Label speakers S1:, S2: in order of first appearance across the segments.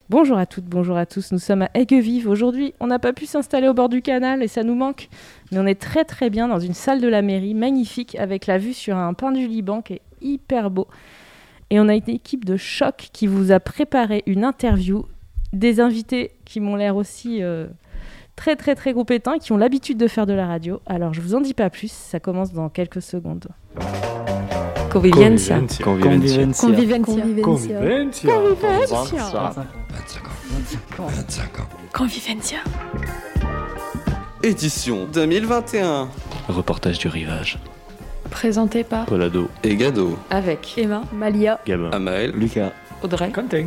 S1: Bonjour à toutes, bonjour à tous, nous sommes à Aigues-Vives. Aujourd'hui, on n'a pas pu s'installer au bord du canal et ça nous manque. Mais on est très très bien dans une salle de la mairie, magnifique, avec la vue sur un pin du Liban qui est hyper beau. Et on a une équipe de choc qui vous a préparé une interview, des invités qui m'ont l'air aussi très très très compétents et qui ont l'habitude de faire de la radio. Alors je vous en dis pas plus, ça commence dans quelques secondes.
S2: Convivencia.
S3: Édition 2021.
S4: Reportage du rivage.
S2: Présenté par
S4: Polado
S3: Et Gado.
S2: avec Emma, Malia,
S4: Gabin.
S3: Amael.
S4: Lucas.
S2: Audrey.
S4: Quentin.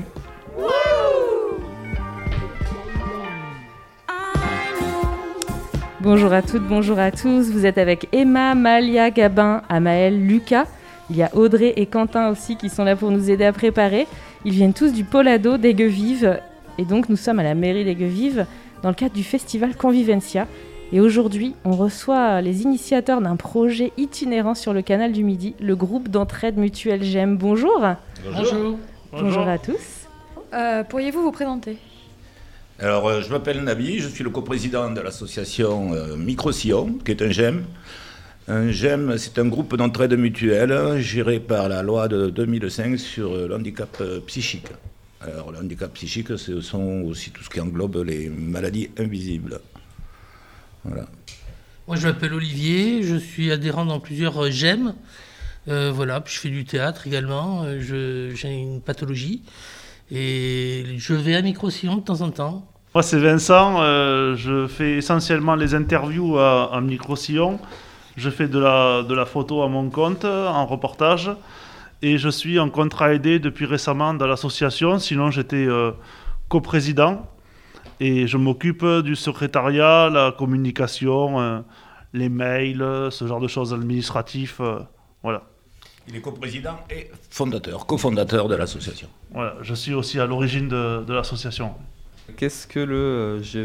S1: Bonjour à toutes, bonjour à tous. Vous êtes avec Emma, Malia, Gabin, Amael, Lucas. Il y a Audrey et Quentin aussi qui sont là pour nous aider à préparer. Ils viennent tous du Polado d'Aigues-Vives. Et donc nous sommes à la mairie d'Aigues-Vives dans le cadre du festival Convivencia. Et aujourd'hui, on reçoit les initiateurs d'un projet itinérant sur le canal du Midi, le groupe d'entraide mutuelle GEM. Bonjour.
S5: Bonjour.
S1: Bonjour à tous.
S2: Pourriez-vous vous présenter ?
S5: Alors, je m'appelle Nabi, je suis le coprésident de l'association Micro-Sillon, qui est un GEM. Un GEM, c'est un groupe d'entraide mutuelle géré par la loi de 2005 sur l'handicap psychique. Alors, le handicap psychique, ce sont aussi tout ce qui englobe les maladies invisibles. Voilà.
S6: Moi, je m'appelle Olivier, je suis adhérent dans plusieurs GEM. Voilà, puis je fais du théâtre également. J'ai une pathologie et je vais à Micro-Sillon de temps en temps.
S7: Moi, c'est Vincent. Je fais essentiellement les interviews à Micro-Sillon. Je fais de la photo à mon compte, en reportage. Et je suis en contrat aidé depuis récemment dans l'association. Sinon, j'étais coprésident. Et je m'occupe du secrétariat, la communication, les mails, ce genre de choses administratives. Voilà.
S5: Il est coprésident et cofondateur de l'association.
S7: Voilà, je suis aussi à l'origine de l'association.
S3: Qu'est-ce que le GEM ?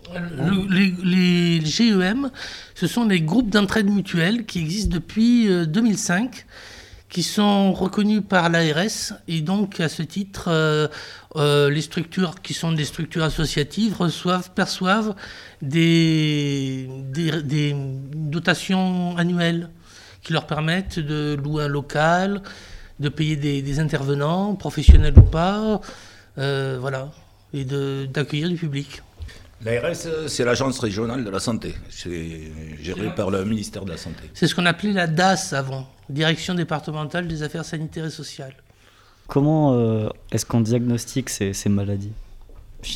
S6: Les GEM, ce sont les groupes d'entraide mutuelle qui existent depuis 2005, qui sont reconnus par l'ARS, et donc à ce titre, les structures qui sont des structures associatives perçoivent des dotations annuelles qui leur permettent de louer un local, de payer des intervenants, professionnels ou pas, voilà, et d'accueillir du public.
S5: L'ARS, c'est l'agence régionale de la santé. C'est géré par le ministère de la Santé.
S6: C'est ce qu'on appelait la DAS avant, Direction départementale des affaires sanitaires et sociales.
S8: Comment est-ce qu'on diagnostique ces maladies psychiques ?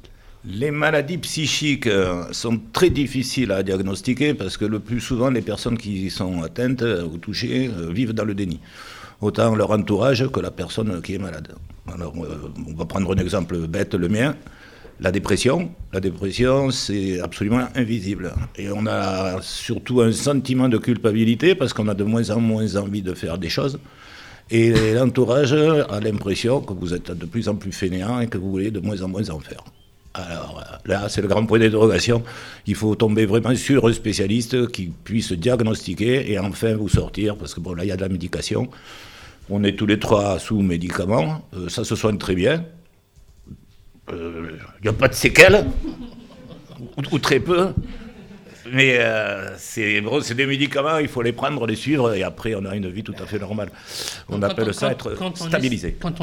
S5: Les maladies psychiques sont très difficiles à diagnostiquer parce que le plus souvent, les personnes qui sont atteintes ou touchées vivent dans le déni. Autant leur entourage que la personne qui est malade. Alors, on va prendre un exemple bête, le mien. La dépression, c'est absolument invisible. Et on a surtout un sentiment de culpabilité parce qu'on a de moins en moins envie de faire des choses. Et l'entourage a l'impression que vous êtes de plus en plus fainéant et que vous voulez de moins en moins en faire. Alors là, c'est le grand point d'interrogation. Il faut tomber vraiment sur un spécialiste qui puisse diagnostiquer et enfin vous sortir, parce que bon, là, il y a de la médication. On est tous les trois sous médicaments. Ça se soigne très bien. Il n'y a pas de séquelles, ou très peu. Mais c'est des médicaments, il faut les prendre, les suivre, et après, on a une vie tout à fait normale. On appelle ça être stabilisé.
S6: Quand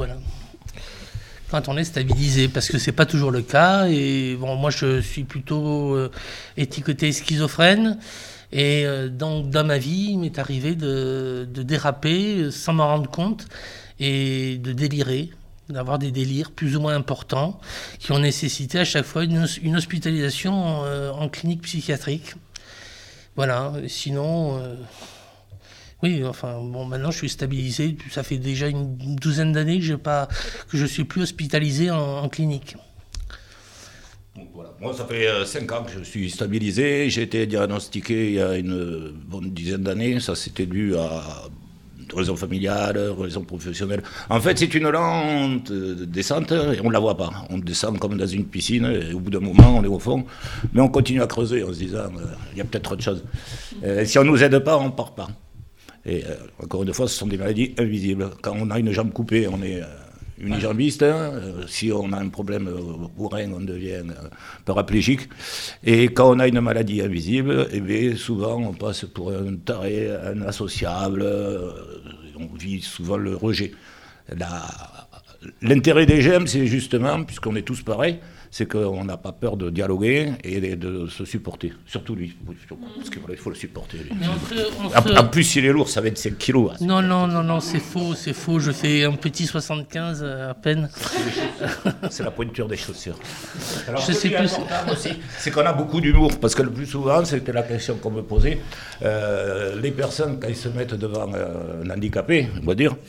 S6: on est stabilisé, parce que c'est pas toujours le cas. Et bon, moi, je suis plutôt étiqueté schizophrène. Et donc, dans ma vie, il m'est arrivé de déraper sans m'en rendre compte et de délirer, d'avoir des délires plus ou moins importants qui ont nécessité à chaque fois une hospitalisation en clinique psychiatrique. Voilà, sinon... Oui, enfin, bon, maintenant je suis stabilisé, ça fait déjà une douzaine d'années que je suis plus hospitalisé en clinique.
S5: Donc, voilà. Moi, ça fait 5 ans que je suis stabilisé. J'ai été diagnostiqué il y a une bonne dizaine d'années. Ça, c'était dû à raisons familiales, raisons professionnelles. En fait, c'est une lente descente et on ne la voit pas. On descend comme dans une piscine et au bout d'un moment, on est au fond. Mais on continue à creuser en se disant, il y a peut-être autre chose. Si on ne nous aide pas, on ne part pas. Et encore une fois, ce sont des maladies invisibles. Quand on a une jambe coupée, on est unijambiste. Si on a un problème au rein, on devient paraplégique. Et quand on a une maladie invisible, eh bien, souvent on passe pour un taré, un associable. On vit souvent le rejet. L'intérêt des GEM, c'est justement, puisqu'on est tous pareils, c'est qu'on n'a pas peur de dialoguer et de se supporter. Surtout lui, parce qu'il faut le supporter. Lui. En plus, il est lourd, ça va être 5 kilos.
S6: Non, c'est faux. Je fais un petit 75 à peine.
S5: C'est la pointure des chaussures. Alors,
S6: je sais plus.
S5: Aussi, c'est qu'on a beaucoup d'humour, parce que le plus souvent, c'était la question qu'on me posait. Les personnes, quand ils se mettent devant un handicapé, on va dire,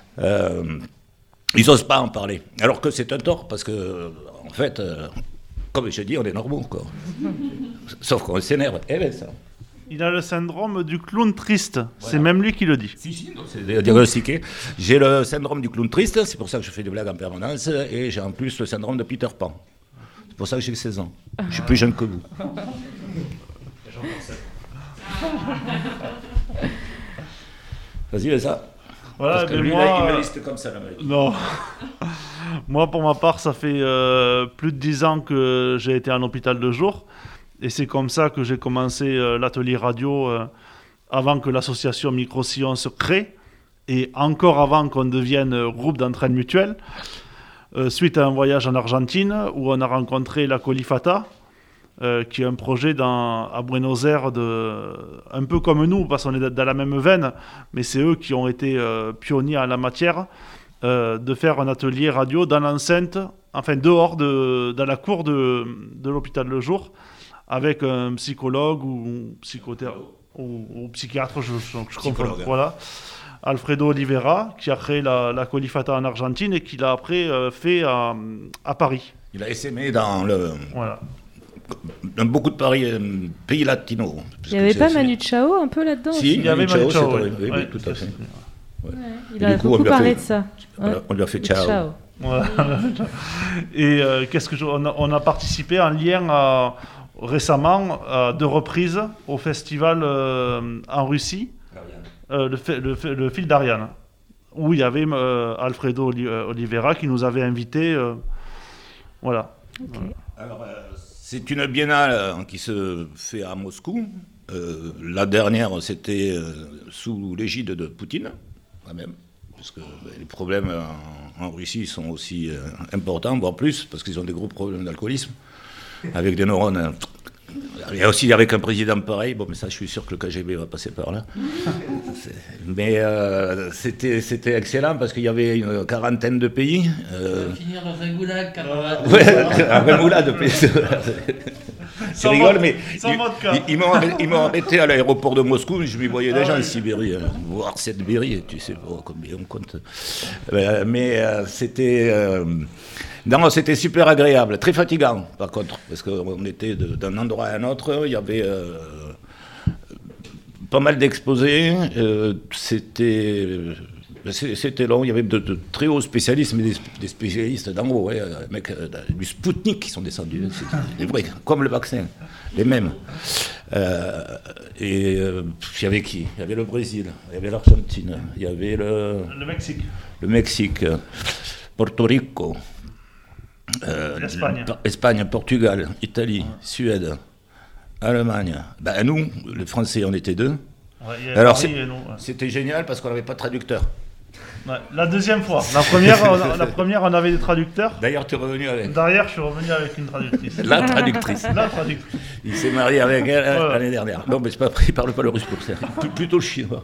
S5: ils n'osent pas en parler. Alors que c'est un tort, parce que, en fait, comme je dis, on est normaux, quoi. Sauf qu'on s'énerve. Eh bien, ça.
S7: Il a le syndrome du clown triste. Voilà. C'est même lui qui le dit.
S5: Si, c'est diagnostiqué. J'ai le syndrome du clown triste, c'est pour ça que je fais des blagues en permanence, et j'ai en plus le syndrome de Peter Pan. C'est pour ça que j'ai 16 ans. Je suis plus jeune que vous. Vas-y, fais ça.
S7: Voilà,
S5: parce que lui,
S7: moi,
S5: il me liste comme ça, la mec.
S7: Non. Moi, pour ma part, ça fait plus de 10 ans que j'ai été en hôpital de jour. Et c'est comme ça que j'ai commencé l'atelier radio avant que l'association Micro-Sillon se crée. Et encore avant qu'on devienne groupe d'entraide mutuelle. Suite à un voyage en Argentine où on a rencontré la Colifata, qui est un projet à Buenos Aires, un peu comme nous, parce qu'on est dans la même veine, mais c'est eux qui ont été pionniers en la matière, de faire un atelier radio dans l'enceinte, enfin dehors, dans la cour de l'hôpital le jour, avec un psychologue ou psychiatre, je comprends. Voilà. Alfredo Oliveira, qui a créé la Colifata en Argentine et qui l'a après fait à Paris.
S5: Il a essaimé dans le...
S7: Voilà.
S5: Dans beaucoup de pays latinos.
S1: Il n'y avait pas Manu Chao un peu là-dedans?
S5: Si,
S7: il y avait Manu Chao,
S5: oui, tout à fait.
S1: Ouais. Il a beaucoup parlé de ça.
S5: On lui a fait ciao.
S7: Voilà. Et on a participé en lien récemment à 2 reprises au festival en Russie, le fil d'Ariane, où il y avait Alfredo Oliveira qui nous avait invités. Voilà.
S1: Okay.
S5: Alors, c'est une biennale qui se fait à Moscou. La dernière, c'était sous l'égide de Poutine, quand même, parce que les problèmes en Russie sont aussi importants, voire plus, parce qu'ils ont des gros problèmes d'alcoolisme, avec des neurones. Il y a aussi avec un président pareil, bon, mais ça, je suis sûr que le KGB va passer par là. Mais c'était excellent parce qu'il y avait une quarantaine de pays.
S6: Finir dans un goulag, camarade.
S5: Ouais, un goulag de pays. Je rigole, mais ils m'ont arrêté à l'aéroport de Moscou, je m'y voyais déjà en Sibérie, voire cette Sibérie, tu sais pas combien on compte. Mais non, c'était super agréable, très fatigant par contre, parce qu'on était d'un endroit à un autre, il y avait pas mal d'exposés, c'était long, il y avait de très hauts spécialistes, mais des spécialistes d'en haut, ouais, mecs du Spoutnik qui sont descendus, c'est vrai, comme le vaccin, les mêmes. Et il y avait qui? Il y avait le Brésil, il y avait l'Argentine, il y avait le Mexique, Porto Rico, Espagne, Portugal, Italie, Suède, Allemagne. Ben, nous, les Français, on était 2. Ouais, alors c'était génial parce qu'on n'avait pas de traducteur.
S7: Ouais, la deuxième fois. La première, on avait des traducteurs.
S5: D'ailleurs, tu es revenu avec.
S7: Derrière, je suis revenu avec une traductrice.
S5: La traductrice. Il s'est marié avec elle l'année dernière. Non, mais c'est pas pris, il parle pas le russe pour ça. Plutôt chinois.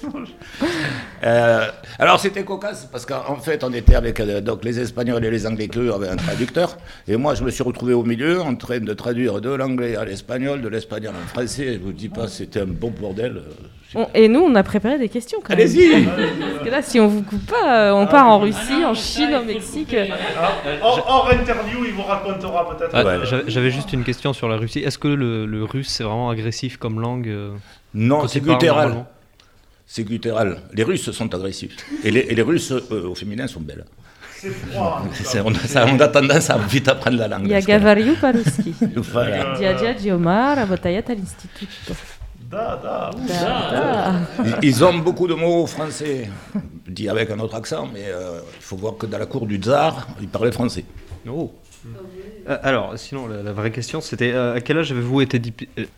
S5: Alors, c'était cocasse parce qu'en fait, on était avec donc, les Espagnols et les Anglais qui avaient un traducteur. Et moi, je me suis retrouvé au milieu en train de traduire de l'anglais à l'espagnol, de l'espagnol en français. Je vous dis pas, c'était un bon bordel.
S1: Et nous, on a préparé des questions quand même.
S5: Allez-y.
S1: Parce que là, si on vous coupe pas, on part en Russie, en Chine, au Mexique.
S7: Hors interview, il vous racontera peut-être.
S9: J'avais juste une question sur la Russie. Est-ce que le russe, c'est vraiment agressif comme langue?
S5: Non, c'est guttural. C'est guttural. Les Russes sont agressifs. Et les Russes, au féminin, sont belles.
S7: C'est froid.
S5: On a tendance à vite apprendre la langue.
S1: Я говорю по-русски.
S5: Voilà.
S1: Дядя Диомар работает à l'institut.
S5: Ils ont beaucoup de mots français, dit avec un autre accent, mais il faut voir que dans la cour du tsar, ils parlaient français.
S9: Oh. Alors, sinon, la vraie question, c'était à quel âge avez-vous été dépisté ?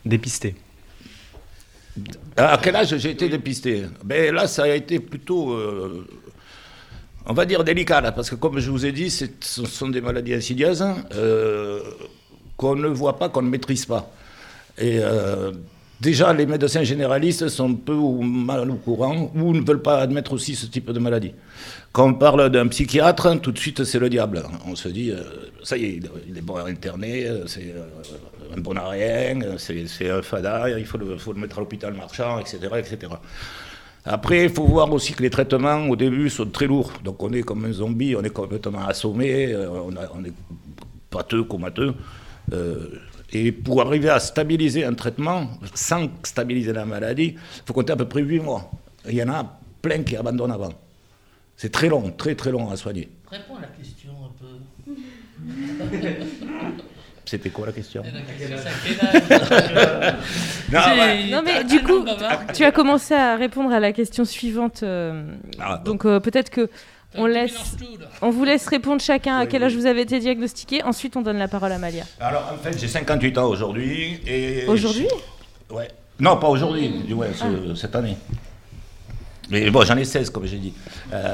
S5: À quel âge j'ai été dépisté ? Ben là, ça a été plutôt, on va dire, délicat, là, parce que comme je vous ai dit, ce sont des maladies insidieuses qu'on ne voit pas, qu'on ne maîtrise pas. Et déjà, les médecins généralistes sont peu ou mal au courant, ou ne veulent pas admettre aussi ce type de maladie. Quand on parle d'un psychiatre, tout de suite, c'est le diable. On se dit, ça y est, il est bon à interner, c'est un bon à rien, c'est un fada, il faut le mettre à l'hôpital marchand, etc., etc. Après, il faut voir aussi que les traitements, au début, sont très lourds. Donc on est comme un zombie, on est complètement assommé, on est pâteux, comateux. Et pour arriver à stabiliser un traitement, sans stabiliser la maladie, il faut compter à peu près 8 mois. Il y en a plein qui abandonnent avant. C'est très long, très très long à soigner.
S6: Réponds à la question un peu.
S5: C'était quoi la question ?
S1: Non mais du coup, tu as commencé à répondre à la question suivante. Donc peut-être que on vous laisse répondre chacun à quel âge vous avez été diagnostiqué. Ensuite, on donne la parole à Malia.
S5: Alors en fait, j'ai 58 ans aujourd'hui.
S1: Aujourd'hui ?
S5: Ouais. Non, pas aujourd'hui, du moins cette année. Mais bon, j'en ai 16, comme j'ai dit.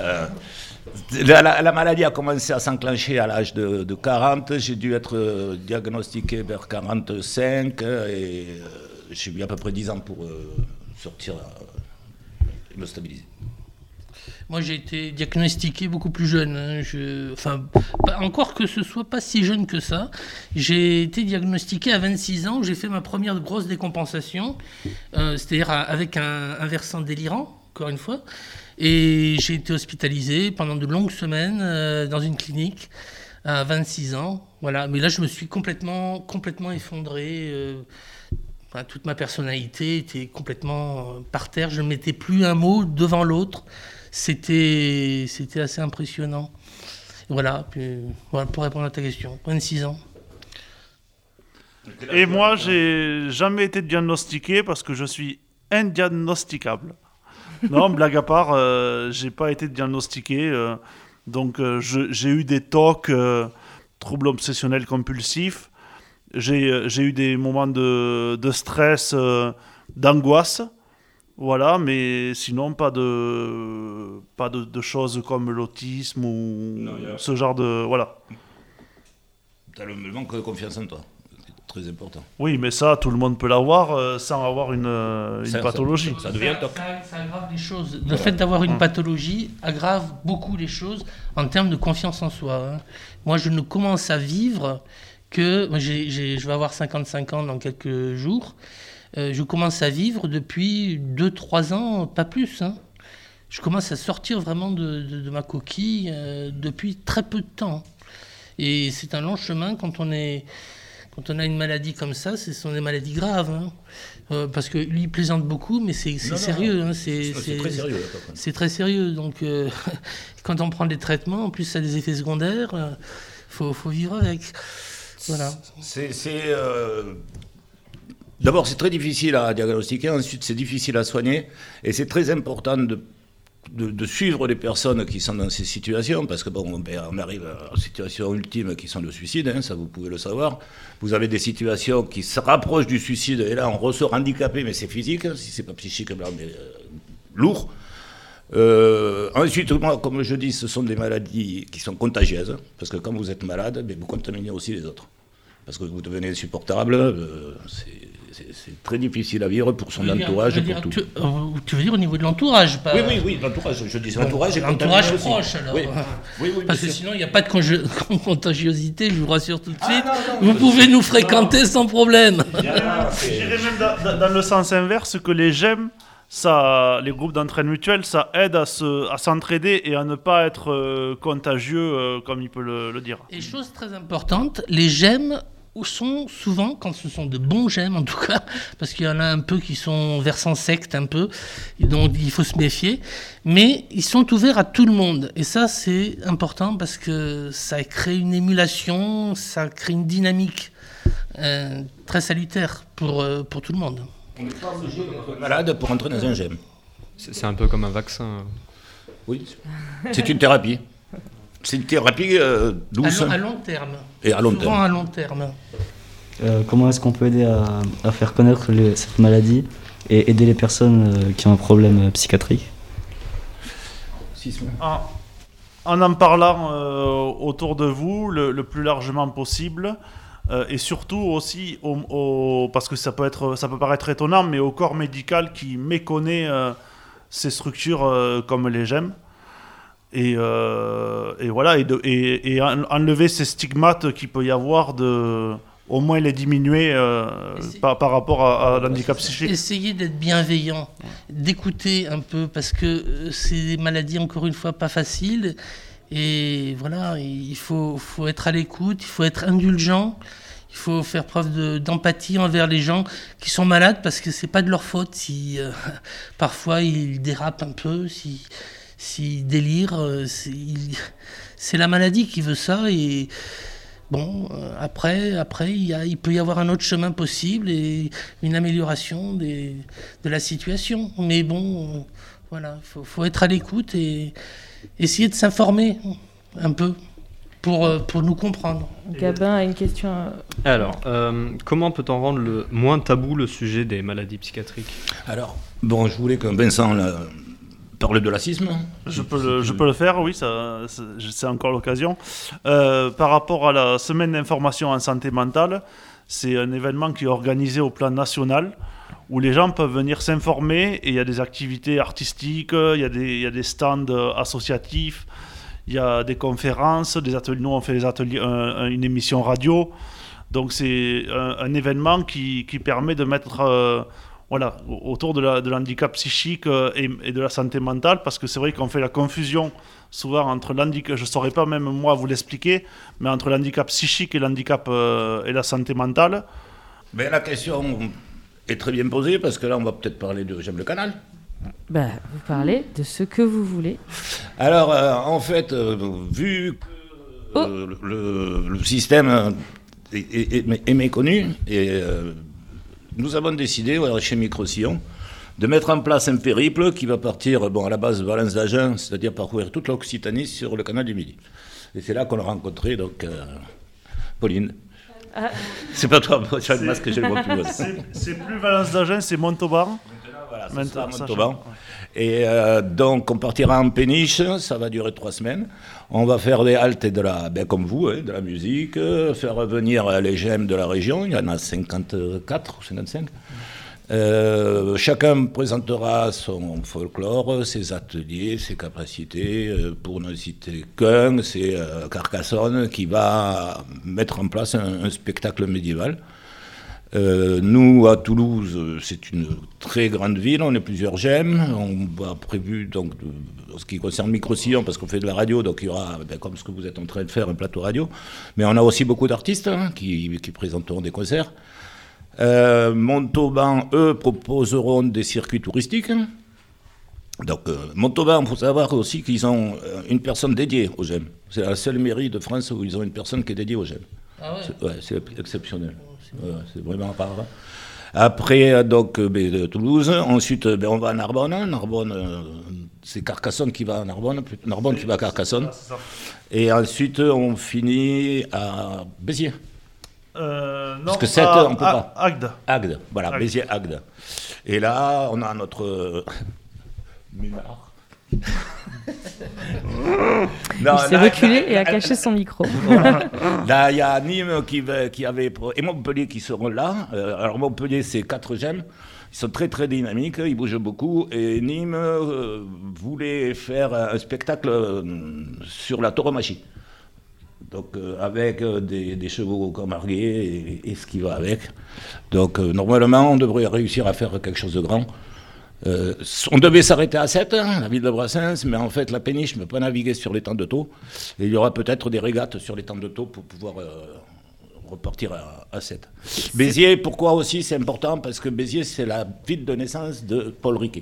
S5: La maladie a commencé à s'enclencher à l'âge de 40. J'ai dû être diagnostiqué vers 45 et j'ai mis à peu près 10 ans pour sortir et me stabiliser.
S6: Moi, j'ai été diagnostiqué beaucoup plus jeune. Encore que ce soit pas si jeune que ça. J'ai été diagnostiqué à 26 ans. J'ai fait ma première grosse décompensation, c'est-à-dire avec un versant délirant, encore une fois. Et j'ai été hospitalisé pendant de longues semaines dans une clinique à 26 ans. Voilà. Mais là, je me suis complètement effondré. Toute ma personnalité était complètement par terre. Je ne mettais plus un mot devant l'autre. C'était assez impressionnant. Voilà, pour répondre à ta question. 26 ans.
S7: Et moi, j'ai jamais été diagnostiqué parce que je suis indiagnosticable. Non, blague à part, j'ai pas été diagnostiqué. Donc, j'ai eu des TOC, troubles obsessionnels compulsifs. J'ai eu des moments de stress, d'angoisse. Voilà, mais sinon, pas de choses comme l'autisme ou ce genre de... Voilà.
S5: Tu as le manque de confiance en toi. C'est très important.
S7: Oui, mais ça, tout le monde peut l'avoir sans avoir une pathologie.
S5: Ça devient top.
S6: Ça aggrave les choses. Le fait d'avoir une pathologie aggrave beaucoup les choses en termes de confiance en soi. Hein. Moi, je ne commence à vivre que... je vais avoir 55 ans dans quelques jours. Je commence à vivre depuis 2-3 ans, pas plus. Hein. Je commence à sortir vraiment de ma coquille depuis très peu de temps. Et c'est un long chemin quand on a une maladie comme ça, ce sont des maladies graves. Hein. Parce que lui, il plaisante beaucoup, mais c'est sérieux. Hein. C'est
S5: très sérieux.
S6: C'est très sérieux. Donc, quand on prend des traitements, en plus, ça a des effets secondaires. Faut vivre avec. Voilà.
S5: D'abord, c'est très difficile à diagnostiquer, ensuite c'est difficile à soigner, et c'est très important de suivre les personnes qui sont dans ces situations, parce que on arrive à une situation ultime qui sont le suicide, hein, ça vous pouvez le savoir. Vous avez des situations qui se rapprochent du suicide, et là on ressort handicapé, mais c'est physique, si c'est pas psychique, mais lourd. Ensuite, moi, comme je dis, ce sont des maladies qui sont contagieuses, parce que quand vous êtes malade, vous contaminez aussi les autres. Parce que vous devenez insupportable, c'est très difficile à vivre pour son entourage, pour tout.
S6: Tu veux dire au niveau de l'entourage pas...
S5: Oui, l'entourage, je dis l'entourage.
S6: L'entourage proche, alors.
S5: Oui,
S6: parce que sinon, il n'y a pas de contagiosité, je vous rassure tout de suite. Vous pouvez nous fréquenter sans problème.
S7: J'irais même dans le sens inverse, que les GEM, les groupes d'entraide mutuelle, ça aide à s'entraider et à ne pas être contagieux, comme il peut le dire.
S6: Et chose très importante, les GEM sont souvent, quand ce sont de bons GEM en tout cas, parce qu'il y en a un peu qui sont versant secte un peu, donc il faut se méfier, mais ils sont ouverts à tout le monde. Et ça, c'est important parce que ça crée une émulation, ça crée une dynamique très salutaire pour tout le monde.
S5: On n'est pas obligé d'être malade pour entrer dans un GEM.
S9: C'est un peu comme un vaccin.
S5: Oui, c'est une thérapie. C'est une thérapie douce.
S6: À long terme.
S5: Et à long
S6: Souvent
S5: terme.
S6: à long terme.
S8: Comment est-ce qu'on peut aider à faire connaître cette maladie et aider les personnes qui ont un problème psychiatrique?
S7: En parlant autour de vous le plus largement possible, et surtout aussi parce que ça peut paraître étonnant, mais au corps médical qui méconnaît ces structures comme les GEM, et voilà, et enlever ces stigmates qu'il peut y avoir, au moins les diminuer par rapport à l'handicap psychique.
S6: Essayez d'être bienveillant, d'écouter un peu, parce que c'est des maladies, encore une fois, pas faciles. Et voilà, il faut être à l'écoute, il faut être indulgent, il faut faire preuve d'empathie envers les gens qui sont malades, parce que c'est pas de leur faute si parfois ils dérapent un peu, s'ils délirent. C'est la maladie qui veut ça. Et bon, après il peut y avoir un autre chemin possible et une amélioration de la situation. Mais bon, voilà, faut être à l'écoute et essayer de s'informer un peu pour nous comprendre.
S1: Gabin a une question.
S9: Alors, comment peut-on rendre moins tabou le sujet des maladies psychiatriques?
S5: Alors, bon, je voulais que Vincent parle de lacisme.
S7: Je peux le faire, oui, c'est encore l'occasion. Par rapport à la semaine d'information en santé mentale, c'est un événement qui est organisé au plan national, où les gens peuvent venir s'informer, et il y a des activités artistiques, il y a des stands associatifs, il y a des conférences, des ateliers. Nous, on fait des ateliers, une émission radio. Donc, c'est un événement qui permet de mettre autour de l'handicap psychique et de la santé mentale, parce que c'est vrai qu'on fait la confusion souvent entre l'handicap, je ne saurais pas même moi vous l'expliquer, mais entre l'handicap psychique et l'handicap et la santé mentale.
S5: Mais la question est très bien posée, parce que là, on va peut-être parler de J'aime le canal.
S1: Vous parlez de ce que vous voulez.
S5: Alors, en fait, vu que le système est méconnu, et nous avons décidé, chez Micro-Sillon, de mettre en place un périple qui va partir, à la base de Valence d'Agen, c'est-à-dire parcourir toute l'Occitanie sur le canal du Midi. Et c'est là qu'on a rencontré Pauline. C'est pas toi, tu as le masque, j'ai le mot plus.
S7: C'est plus Valence d'Agen, c'est Montauban.
S5: Voilà, c'est ça, Montauban. Et donc, on partira en péniche, ça va durer 3 semaines. On va faire des haltes et comme vous, de la musique, faire revenir les GEM de la région. Il y en a 54 ou 55. Chacun présentera son folklore, ses ateliers, ses capacités. Pour ne citer qu'un, c'est Carcassonne qui va mettre en place un spectacle médiéval. Nous, à Toulouse, c'est une très grande ville, on est plusieurs GEM. On a prévu, donc, en ce qui concerne Micro-Sillon, parce qu'on fait de la radio, donc il y aura, comme ce que vous êtes en train de faire, un plateau radio. Mais on a aussi beaucoup d'artistes qui présenteront des concerts. Montauban, eux, proposeront des circuits touristiques. Donc, Montauban, il faut savoir aussi qu'ils ont une personne dédiée aux GEM. C'est la seule mairie de France où ils ont une personne qui est dédiée aux GEM.
S6: Ah ouais.
S5: C'est exceptionnel. C'est vraiment rare. Après, Toulouse. Ensuite, on va à Narbonne. Narbonne, c'est Carcassonne qui va à Narbonne. Narbonne qui va à Carcassonne. Et ensuite, on finit à Béziers. Parce que 7 on ne peut pas. Agde. Voilà, Béziers-Agde. Et là, on a notre Ménard.
S1: Il s'est reculé et a caché son micro.
S5: Là, il y a Nîmes et Montpellier qui seront là. Alors Montpellier, c'est 4 GEM. Ils sont très très dynamiques, ils bougent beaucoup. Et Nîmes voulait faire un spectacle sur la tauromachie. Donc avec des chevaux camarguais et ce qui va avec. Donc normalement, on devrait réussir à faire quelque chose de grand. On devait s'arrêter à 7, la ville de Brassens, mais en fait la péniche ne peut pas naviguer sur l'étang de Thau. Et il y aura peut-être des régates sur l'étang de Thau pour pouvoir repartir à 7. Béziers, pourquoi aussi c'est important? Parce que Béziers, c'est la ville de naissance de Paul Riquet.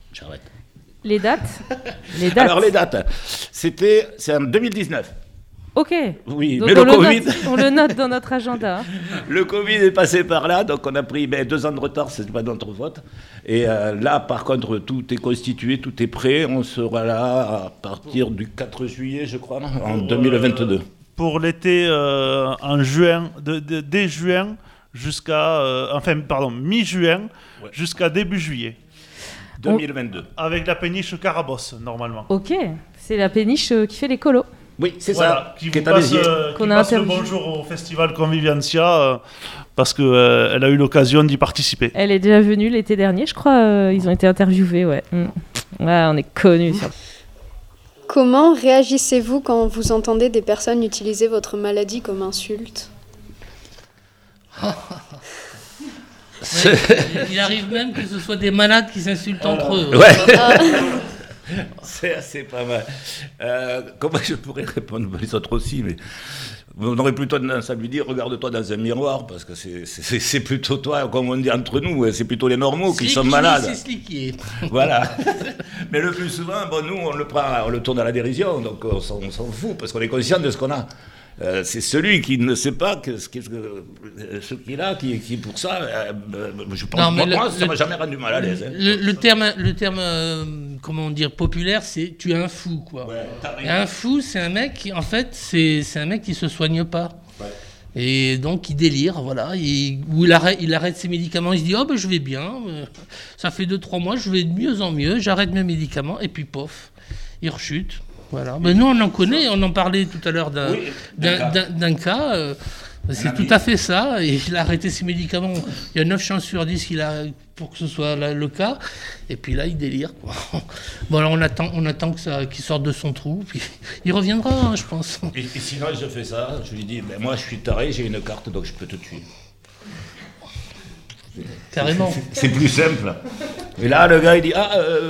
S5: J'arrête.
S1: Les dates.
S5: Alors les dates, c'est en 2019.
S1: Ok.
S5: Oui,
S1: Donc
S5: mais le Covid...
S1: on le note dans notre agenda.
S5: Le Covid est passé par là, donc on a pris 2 ans de retard, c'est pas de notre faute. Et là, par contre, tout est constitué, tout est prêt. On sera là à partir du 4 juillet, je crois, en 2022.
S7: Pour l'été en juin, dès juin jusqu'à... mi-juin jusqu'à début juillet.
S5: 2022.
S7: Avec la péniche Carabosse, normalement.
S1: Ok, c'est la péniche qui fait les colos.
S5: Oui, c'est
S7: voilà,
S5: ça.
S7: Qui passe le bonjour au festival Conviviancia parce qu'elle a eu l'occasion d'y participer.
S1: Elle est déjà venue l'été dernier, je crois. Ils ont été interviewés, ouais. Ouais, on est connus.
S10: Comment réagissez-vous quand vous entendez des personnes utiliser votre maladie comme insulte ?
S6: Il arrive même que ce soit des malades qui s'insultent entre eux.
S5: Ouais. C'est assez pas mal. Comment je pourrais répondre les autres aussi, mais on aurait plutôt tendance à lui dire regarde-toi dans un miroir, parce que c'est plutôt toi, comme on dit entre nous, c'est plutôt les normaux qui sont malades.
S6: C'est Slicky.
S5: Voilà. Mais le plus souvent, nous, on le tourne à la dérision, donc on s'en fout, parce qu'on est conscient de ce qu'on a. C'est celui qui ne sait pas ce qu'il a, qui pour ça, je pense, moi, ça m'a jamais rendu mal à l'aise. Hein.
S6: Le terme comment dire, populaire, c'est tu es un fou, quoi. Ouais, et un fou, c'est un mec qui, en fait, c'est un mec qui se soigne pas. Ouais. Et donc il délire, voilà, ou il arrête ses médicaments, il se dit oh ben je vais bien, ça fait 2-3 mois, je vais de mieux en mieux, j'arrête mes médicaments, et puis pof, il rechute. Voilà. Mais nous, on en connaît, on en parlait tout à l'heure d'un cas. C'est tout à fait ça. Et il a arrêté ses médicaments. Il y a 9 chances sur 10 pour que ce soit le cas. Et puis là, il délire, quoi. Bon, alors on attend qu'il sorte de son trou. Puis il reviendra, hein, je pense.
S5: Et sinon, je fais ça. Je lui dis moi, je suis taré, j'ai une carte, donc je peux te tuer.
S6: Carrément.
S5: C'est plus simple. Et là, le gars, il dit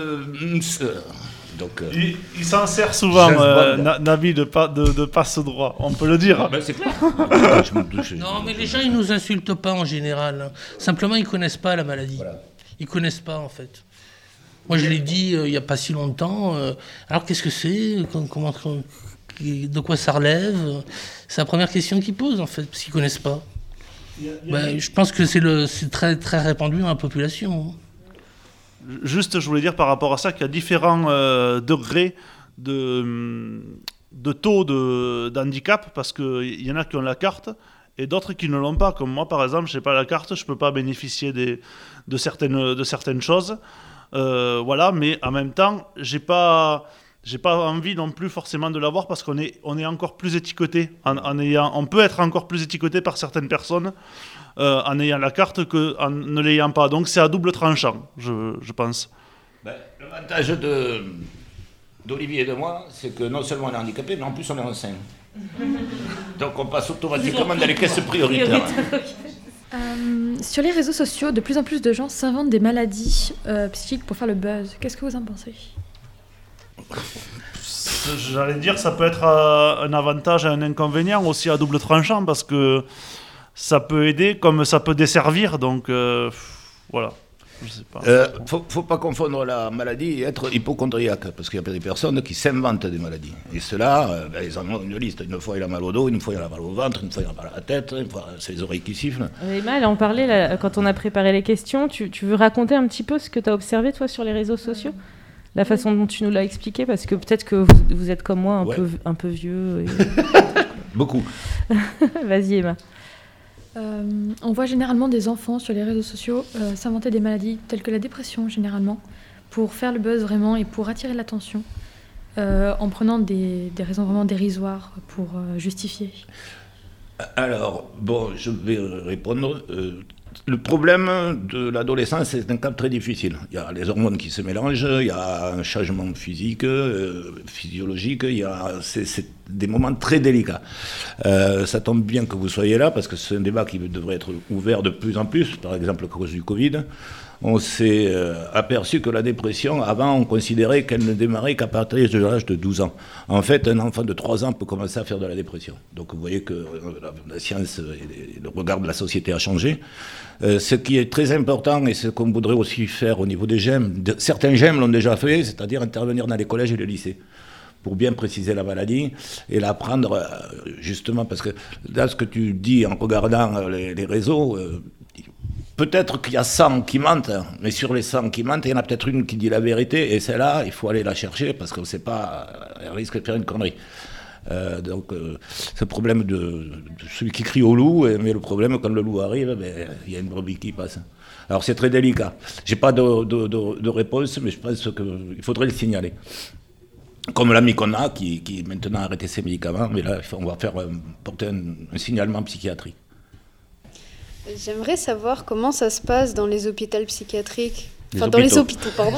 S5: donc,
S7: il s'en sert souvent, Navi, de passe droit, on peut le dire.
S5: Ben, c'est clair.
S6: Non, mais les gens, ils nous insultent pas en général. Hein. Simplement, ils connaissent pas la maladie. Voilà. Ils connaissent pas, en fait. Moi, je l'ai dit il y a pas si longtemps. Alors, qu'est-ce que c'est ? De quoi ça relève ? C'est la première question qu'ils posent, en fait, parce qu'ils connaissent pas. Je pense que c'est très, très répandu dans la population.
S7: Juste, je voulais dire par rapport à ça qu'il y a différents degrés de taux d'handicap, parce qu'il y en a qui ont la carte et d'autres qui ne l'ont pas. Comme moi, par exemple, je n'ai pas la carte, je ne peux pas bénéficier de certaines choses. Voilà, mais en même temps, j'ai pas envie non plus forcément de l'avoir, parce qu'on est encore plus étiqueté. On peut être encore plus étiqueté par certaines personnes en ayant la carte qu'en ne l'ayant pas. Donc c'est à double tranchant, je pense.
S5: L'avantage d'Olivier et de moi, c'est que non seulement on est handicapé, mais en plus on est enceint. Donc on passe automatiquement dans les caisses prioritaires.
S2: Sur les réseaux sociaux, de plus en plus de gens s'inventent des maladies psychiques pour faire le buzz. Qu'est-ce que vous en pensez ?
S7: J'allais dire, ça peut être un avantage et un inconvénient aussi à double tranchant, parce que ça peut aider comme ça peut desservir, donc voilà. Je sais pas.
S5: Faut pas confondre la maladie et être hypocondriaque, parce qu'il y a des personnes qui s'inventent des maladies. Et ceux-là, ils en ont une liste. Une fois il a mal au dos, une fois il a mal au ventre, une fois il a mal à la tête, une fois c'est les oreilles qui sifflent.
S1: Emma, elle en parlait là, quand on a préparé les questions. Tu veux raconter un petit peu ce que tu as observé toi sur les réseaux sociaux ? La façon dont tu nous l'as expliqué, parce que peut-être que vous êtes comme moi, un peu vieux. Et...
S5: Beaucoup.
S1: Vas-y, Emma.
S2: On voit généralement des enfants sur les réseaux sociaux s'inventer des maladies telles que la dépression, généralement, pour faire le buzz vraiment et pour attirer l'attention, en prenant des raisons vraiment dérisoires pour justifier.
S5: Alors, bon, je vais répondre. Le problème de l'adolescence, c'est un cas très difficile. Il y a les hormones qui se mélangent, il y a un changement physique, physiologique, c'est des moments très délicats. Ça tombe bien que vous soyez là, parce que c'est un débat qui devrait être ouvert de plus en plus, par exemple à cause du Covid. On s'est aperçu que la dépression, avant, on considérait qu'elle ne démarrait qu'à partir de l'âge de 12 ans. En fait, un enfant de 3 ans peut commencer à faire de la dépression. Donc vous voyez que la science et le regard de la société a changé. Ce qui est très important, et ce qu'on voudrait aussi faire au niveau des GEM, certains GEM l'ont déjà fait, c'est-à-dire intervenir dans les collèges et les lycées, pour bien préciser la maladie et la prendre justement, parce que là, ce que tu dis en regardant les réseaux, peut-être qu'il y a 100 qui mentent, mais sur les 100 qui mentent, il y en a peut-être une qui dit la vérité, et celle-là, il faut aller la chercher parce qu'on ne sait pas, elle risque de faire une connerie. Donc, c'est le problème de celui qui crie au loup, mais le problème, quand le loup arrive, il y a une brebis qui passe. Alors, c'est très délicat. Je n'ai pas de réponse, mais je pense qu'il faudrait le signaler. Comme l'ami qu'on a, qui maintenant a arrêté ses médicaments, mais là, on va faire porter un signalement psychiatrique.
S10: J'aimerais savoir comment ça se passe dans les hôpitaux psychiatriques. Enfin, dans les hôpitaux, pardon.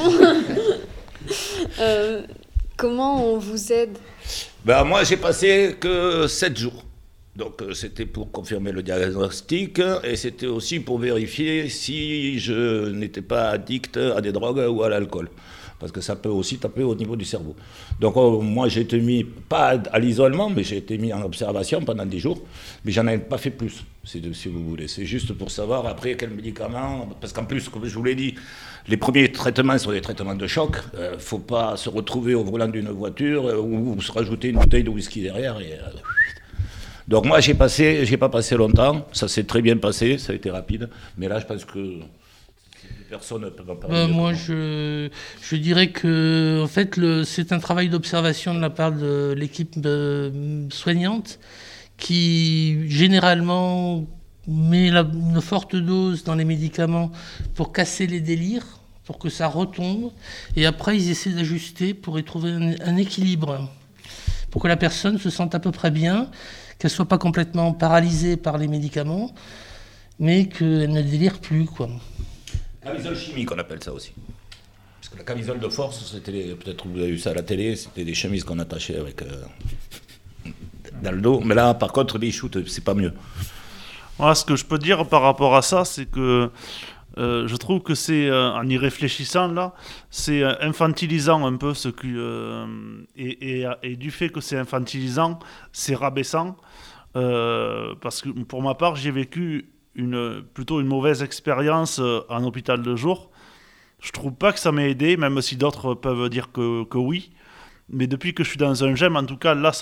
S10: Comment on vous aide ?
S5: Moi, j'ai passé que 7 jours. Donc, c'était pour confirmer le diagnostic et c'était aussi pour vérifier si je n'étais pas addict à des drogues ou à l'alcool. Parce que ça peut aussi taper au niveau du cerveau. Donc, moi, j'ai été mis, pas à l'isolement, mais j'ai été mis en observation pendant 10 jours. Mais j'en ai pas fait plus, si vous voulez. C'est juste pour savoir après quels médicaments. Parce qu'en plus, comme je vous l'ai dit, les premiers traitements sont des traitements de choc. Il ne faut pas se retrouver au volant d'une voiture ou se rajouter une bouteille de whisky derrière. Donc, moi, j'ai pas passé longtemps. Ça s'est très bien passé, ça a été rapide. Mais là, je pense que. Personne ne peut en parler.
S6: Moi, je dirais que en fait, c'est un travail d'observation de la part de l'équipe soignante qui, généralement, met une forte dose dans les médicaments pour casser les délires, pour que ça retombe. Et après, ils essaient d'ajuster pour y trouver un équilibre, pour que la personne se sente à peu près bien, qu'elle ne soit pas complètement paralysée par les médicaments, mais qu'elle ne délire plus, quoi.
S5: Camisole chimique, on appelle ça aussi. Parce que la camisole de force, c'était peut-être vous avez vu ça à la télé, c'était des chemises qu'on attachait avec dans le dos. Mais là, par contre, les shoots, c'est pas mieux.
S7: Voilà, ce que je peux dire par rapport à ça, c'est que je trouve que c'est, en y réfléchissant là, c'est infantilisant un peu ce qui et du fait que c'est infantilisant, c'est rabaissant. Parce que pour ma part, j'ai vécu plutôt une mauvaise expérience en hôpital de jour. Je trouve pas que ça m'ait aidé, même si d'autres peuvent dire que oui. Mais depuis que je suis dans un GEM, en tout cas, là,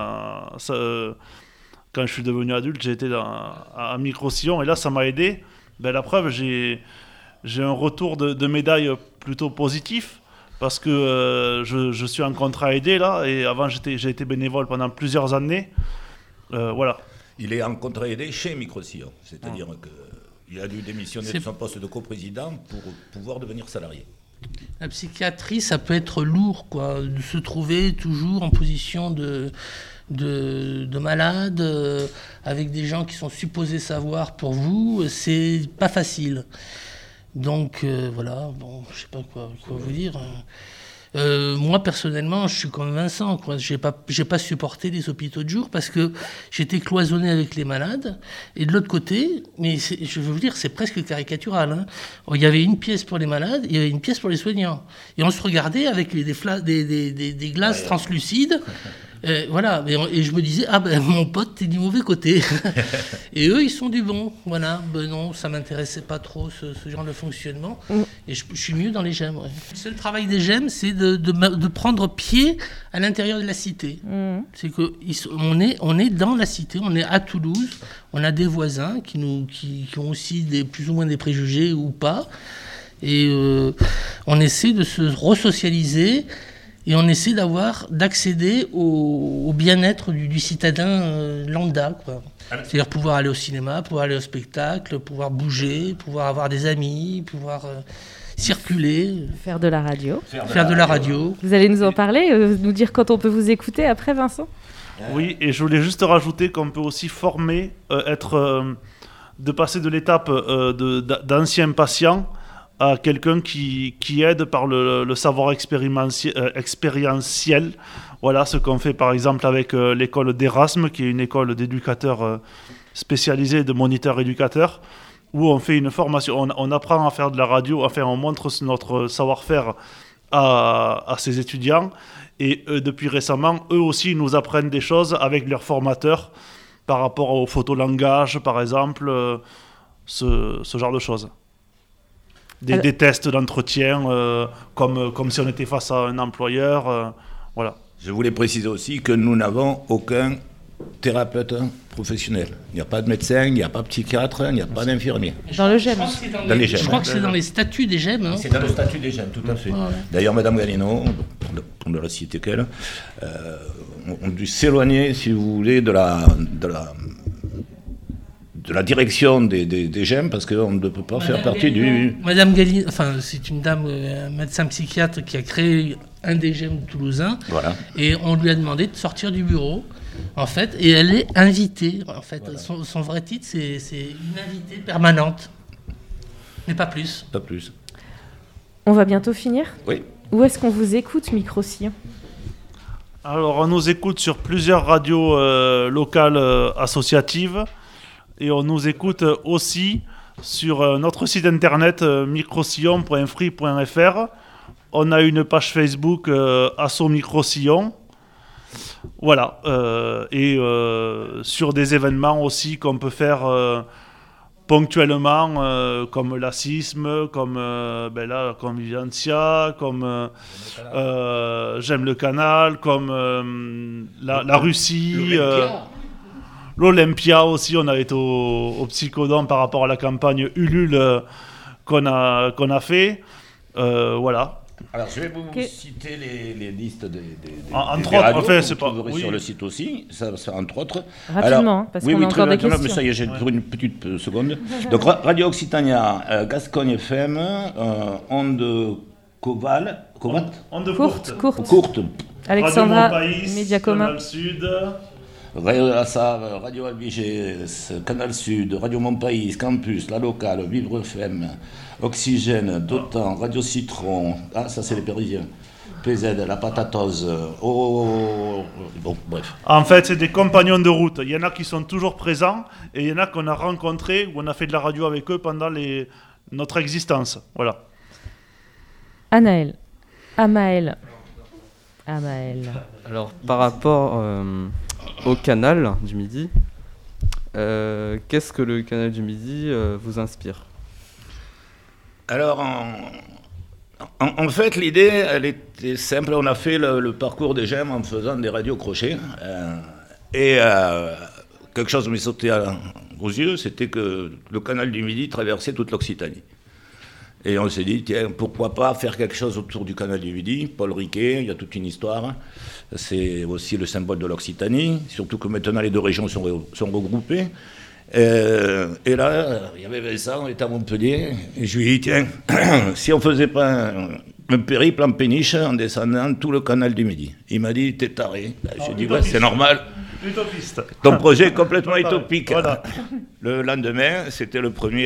S7: quand je suis devenu adulte, j'ai été à Micro-Sillon, et là, ça m'a aidé. La preuve, j'ai un retour de médaille plutôt positif, parce que je suis en contrat aidé, là, et avant, j'ai été bénévole pendant plusieurs années. Voilà.
S5: Il est en contrat aidé chez Micro-Sillon, c'est-à-dire qu'il a dû démissionner de son poste de coprésident pour pouvoir devenir salarié.
S6: La psychiatrie, ça peut être lourd, quoi, de se trouver toujours en position de malade, avec des gens qui sont supposés savoir pour vous, c'est pas facile. Donc voilà, bon, je sais pas quoi vous dire. Moi, personnellement, je suis comme Vincent, quoi. J'ai pas supporté les hôpitaux de jour parce que j'étais cloisonné avec les malades. Et de l'autre côté, mais je veux vous dire, c'est presque caricatural, hein. Il y avait une pièce pour les malades, il y avait une pièce pour les soignants. Et on se regardait avec des glaces translucides. Voilà, et je me disais, mon pote, t'es du mauvais côté. Et eux, ils sont du bon. Voilà, non, ça m'intéressait pas trop ce genre de fonctionnement. Et je suis mieux dans les GEM. Ouais. Le seul travail des GEM, c'est de prendre pied à l'intérieur de la cité. C'est que on est dans la cité, on est à Toulouse, on a des voisins qui ont aussi plus ou moins des préjugés ou pas. Et on essaie de se resocialiser. Et on essaie d'accéder au bien-être du citadin lambda, quoi. C'est-à-dire pouvoir aller au cinéma, pouvoir aller au spectacle, pouvoir bouger, pouvoir avoir des amis, pouvoir circuler.
S1: Faire de la radio.
S6: Faire de la radio.
S1: Vous allez nous en parler, nous dire quand on peut vous écouter après, Vincent ?
S7: Oui, et je voulais juste rajouter qu'on peut aussi former, de passer de l'étape d'ancien patient à quelqu'un qui aide par le savoir expérientiel. Voilà ce qu'on fait par exemple avec l'école d'Erasme, qui est une école d'éducateurs spécialisés, de moniteurs éducateurs, où on fait une formation, on apprend à faire de la radio, enfin on montre notre savoir-faire à ces étudiants, et depuis récemment, eux aussi nous apprennent des choses avec leurs formateurs par rapport au photolangage par exemple, ce genre de choses. Des tests d'entretien, comme si on était face à un employeur, voilà.
S5: Je voulais préciser aussi que nous n'avons aucun thérapeute professionnel. Il n'y a pas de médecin, il n'y a pas de psychiatre, il n'y a pas d'infirmier.
S1: Dans le GEM.
S6: Je crois que c'est dans les statuts des GEM. Hein.
S5: C'est dans le statut des GEM, tout à fait. D'ailleurs, Mme Galino, pour ne la citer qu'elle, ont dû s'éloigner, si vous voulez, de la direction des GEM, parce qu'on ne peut pas faire partie du...
S6: Madame Galino, c'est une dame, un médecin psychiatre qui a créé un des GEM toulousains,
S5: voilà.
S6: Et on lui a demandé de sortir du bureau, en fait, et elle est invitée, en fait. Voilà. Son vrai titre, c'est une invitée permanente, mais pas plus.
S5: Pas plus.
S1: On va bientôt finir ?
S5: Oui.
S1: Où est-ce qu'on vous écoute, Micro-Sillon ?
S7: Alors, on nous écoute sur plusieurs radios locales associatives. Et on nous écoute aussi sur notre site internet microsillon.free.fr. On a une page Facebook Asso Microsillon. Voilà. Et sur des événements aussi qu'on peut faire ponctuellement, comme l'Assisme, comme la Convivencia, comme J'aime le canal, comme la Russie. L'Olympia aussi, on a été au Psychodome par rapport à la campagne Ulule qu'on a fait. Voilà.
S5: Alors, je vais vous citer les listes des
S7: entre
S5: des
S7: autres,
S5: radios,
S7: en fait,
S5: vous trouverez sur le site aussi, ça entre autres.
S1: Rapidement, parce qu'on a encore des questions.
S5: Mais ça y est, j'ai pour une petite seconde. Donc, Radio Occitania, Gascogne FM, Onde Coval,
S7: Onde
S1: courte. Alexandra, Média Commun.
S7: Canal Sud.
S5: Radio de la Save, Radio Albiges, Canal Sud, Radio Montpaïs, Campus, La Locale, Vivre FM, Oxygène, Dotan, Radio Citron, ça c'est les Parisiens, PZ, La Patatose, bon, bref.
S7: En fait, c'est des compagnons de route. Il y en a qui sont toujours présents et il y en a qu'on a rencontrés, où on a fait de la radio avec eux pendant notre existence. Voilà.
S1: Anaël. Amaël.
S11: Alors, par rapport au canal du Midi, qu'est-ce que le canal du Midi vous inspire ?
S5: Alors, en fait, l'idée, elle était simple. On a fait le parcours des GEM en faisant des radios crochets. Et quelque chose m'est sauté aux yeux, c'était que le canal du Midi traversait toute l'Occitanie. Et on s'est dit, tiens, pourquoi pas faire quelque chose autour du canal du Midi. Paul Riquet, il y a toute une histoire. C'est aussi le symbole de l'Occitanie, surtout que maintenant les deux régions sont regroupées. Et là, il y avait Vincent, on était à Montpellier, et je lui ai dit, tiens, si on ne faisait pas un périple en péniche en descendant tout le canal du Midi. Il m'a dit, t'es taré. J'ai dit, ouais, c'est normal.
S7: Utopiste.
S5: Ton projet est complètement utopique.
S7: Voilà.
S5: Le lendemain, c'était le premier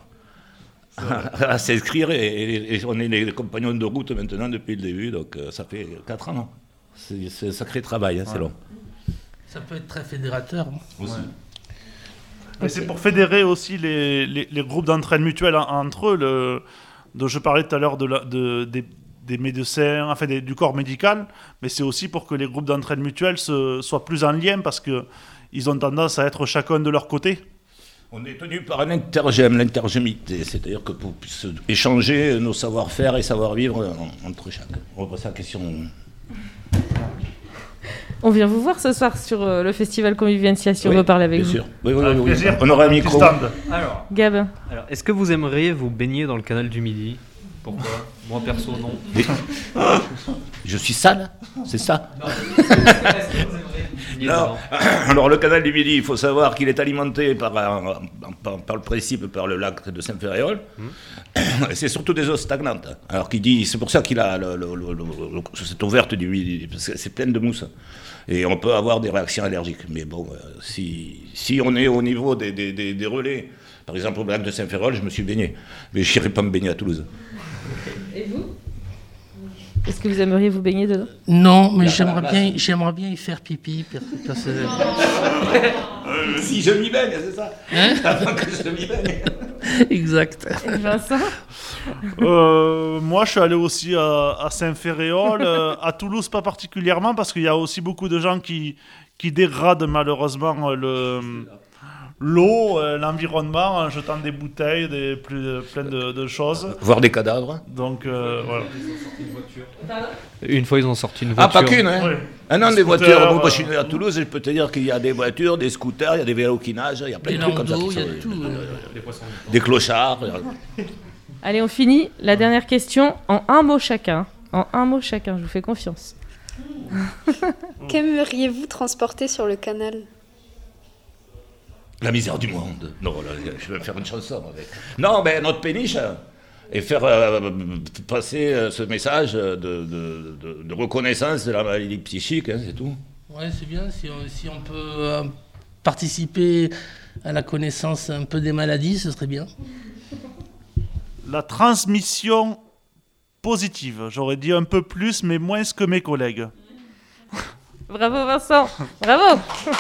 S5: à s'inscrire, et on est les compagnons de route maintenant depuis le début, donc ça fait 4 ans. C'est un sacré travail, c'est long.
S6: Ça peut être très fédérateur.
S7: Aussi. Et c'est pour fédérer aussi les groupes d'entraide mutuelle entre eux, dont je parlais tout à l'heure des médecins, enfin du corps médical, mais c'est aussi pour que les groupes d'entraide mutuelle soient plus en lien, parce qu'ils ont tendance à être chacun de leur côté.
S5: On est tenu par un intergème, l'intergémité, c'est-à-dire que pour puisse échanger nos savoir-faire et savoir-vivre entre chacun. On va passer à la question.
S1: On vient vous voir ce soir sur le festival Convivencia, si on veut parler avec vous.
S5: Bien sûr. Oui. On aura un micro.
S11: Alors,
S1: Gab.
S11: Alors, est-ce que vous aimeriez vous baigner dans le canal du Midi ? Pourquoi ? Moi, perso, non.
S5: Je suis sale ? C'est ça ?
S11: Non. Est-ce que vous aimeriez
S5: non. Alors, le canal du Midi, il faut savoir qu'il est alimenté par le principe par le lac de Saint-Ferréol. C'est surtout des eaux stagnantes. Alors, c'est pour ça qu'il a cette eau verte du Midi, parce que c'est plein de mousse. Et on peut avoir des réactions allergiques. Mais bon, si on est au niveau des relais, par exemple au lac de Saint-Ferréol, je me suis baigné. Mais je n'irai pas me baigner à Toulouse.
S1: Et vous ? Est-ce que vous aimeriez vous baigner dedans ?
S6: Non, mais j'aimerais bien y faire pipi.
S5: Si je m'y baigne, c'est ça. Avant que je m'y baigne.
S6: Exact.
S1: Vincent ?
S7: Moi, je suis allé aussi à Saint-Ferréol, à Toulouse pas particulièrement, parce qu'il y a aussi beaucoup de gens qui qui dégradent malheureusement l'eau, l'environnement, en jetant des bouteilles, plein de choses.
S5: Voir des cadavres.
S7: Donc, voilà.
S11: Une fois, ils ont sorti une voiture.
S5: Ah, pas qu'une, hein.
S7: Oui.
S5: Ah non, des
S7: Scooter,
S5: voitures. Moi, je suis né à Toulouse, je peux te dire qu'il y a des voitures, des scooters, il y a des vélos qui nagent, il y a plein de trucs comme ça.
S6: landaux, il y a tout.
S5: Des clochards.
S1: Allez, on finit. La dernière question en un mot chacun. En un mot chacun, je vous fais confiance.
S10: Qu'aimeriez-vous transporter sur le canal ?
S5: La misère du monde. Non, là, je vais faire une chanson avec. Non, mais notre péniche, et faire passer ce message de reconnaissance de la maladie psychique, hein, c'est tout.
S6: Ouais, c'est bien. Si on peut participer à la connaissance un peu des maladies, ce serait bien.
S7: La transmission positive. J'aurais dit un peu plus, mais moins que mes collègues.
S1: Bravo Vincent, bravo.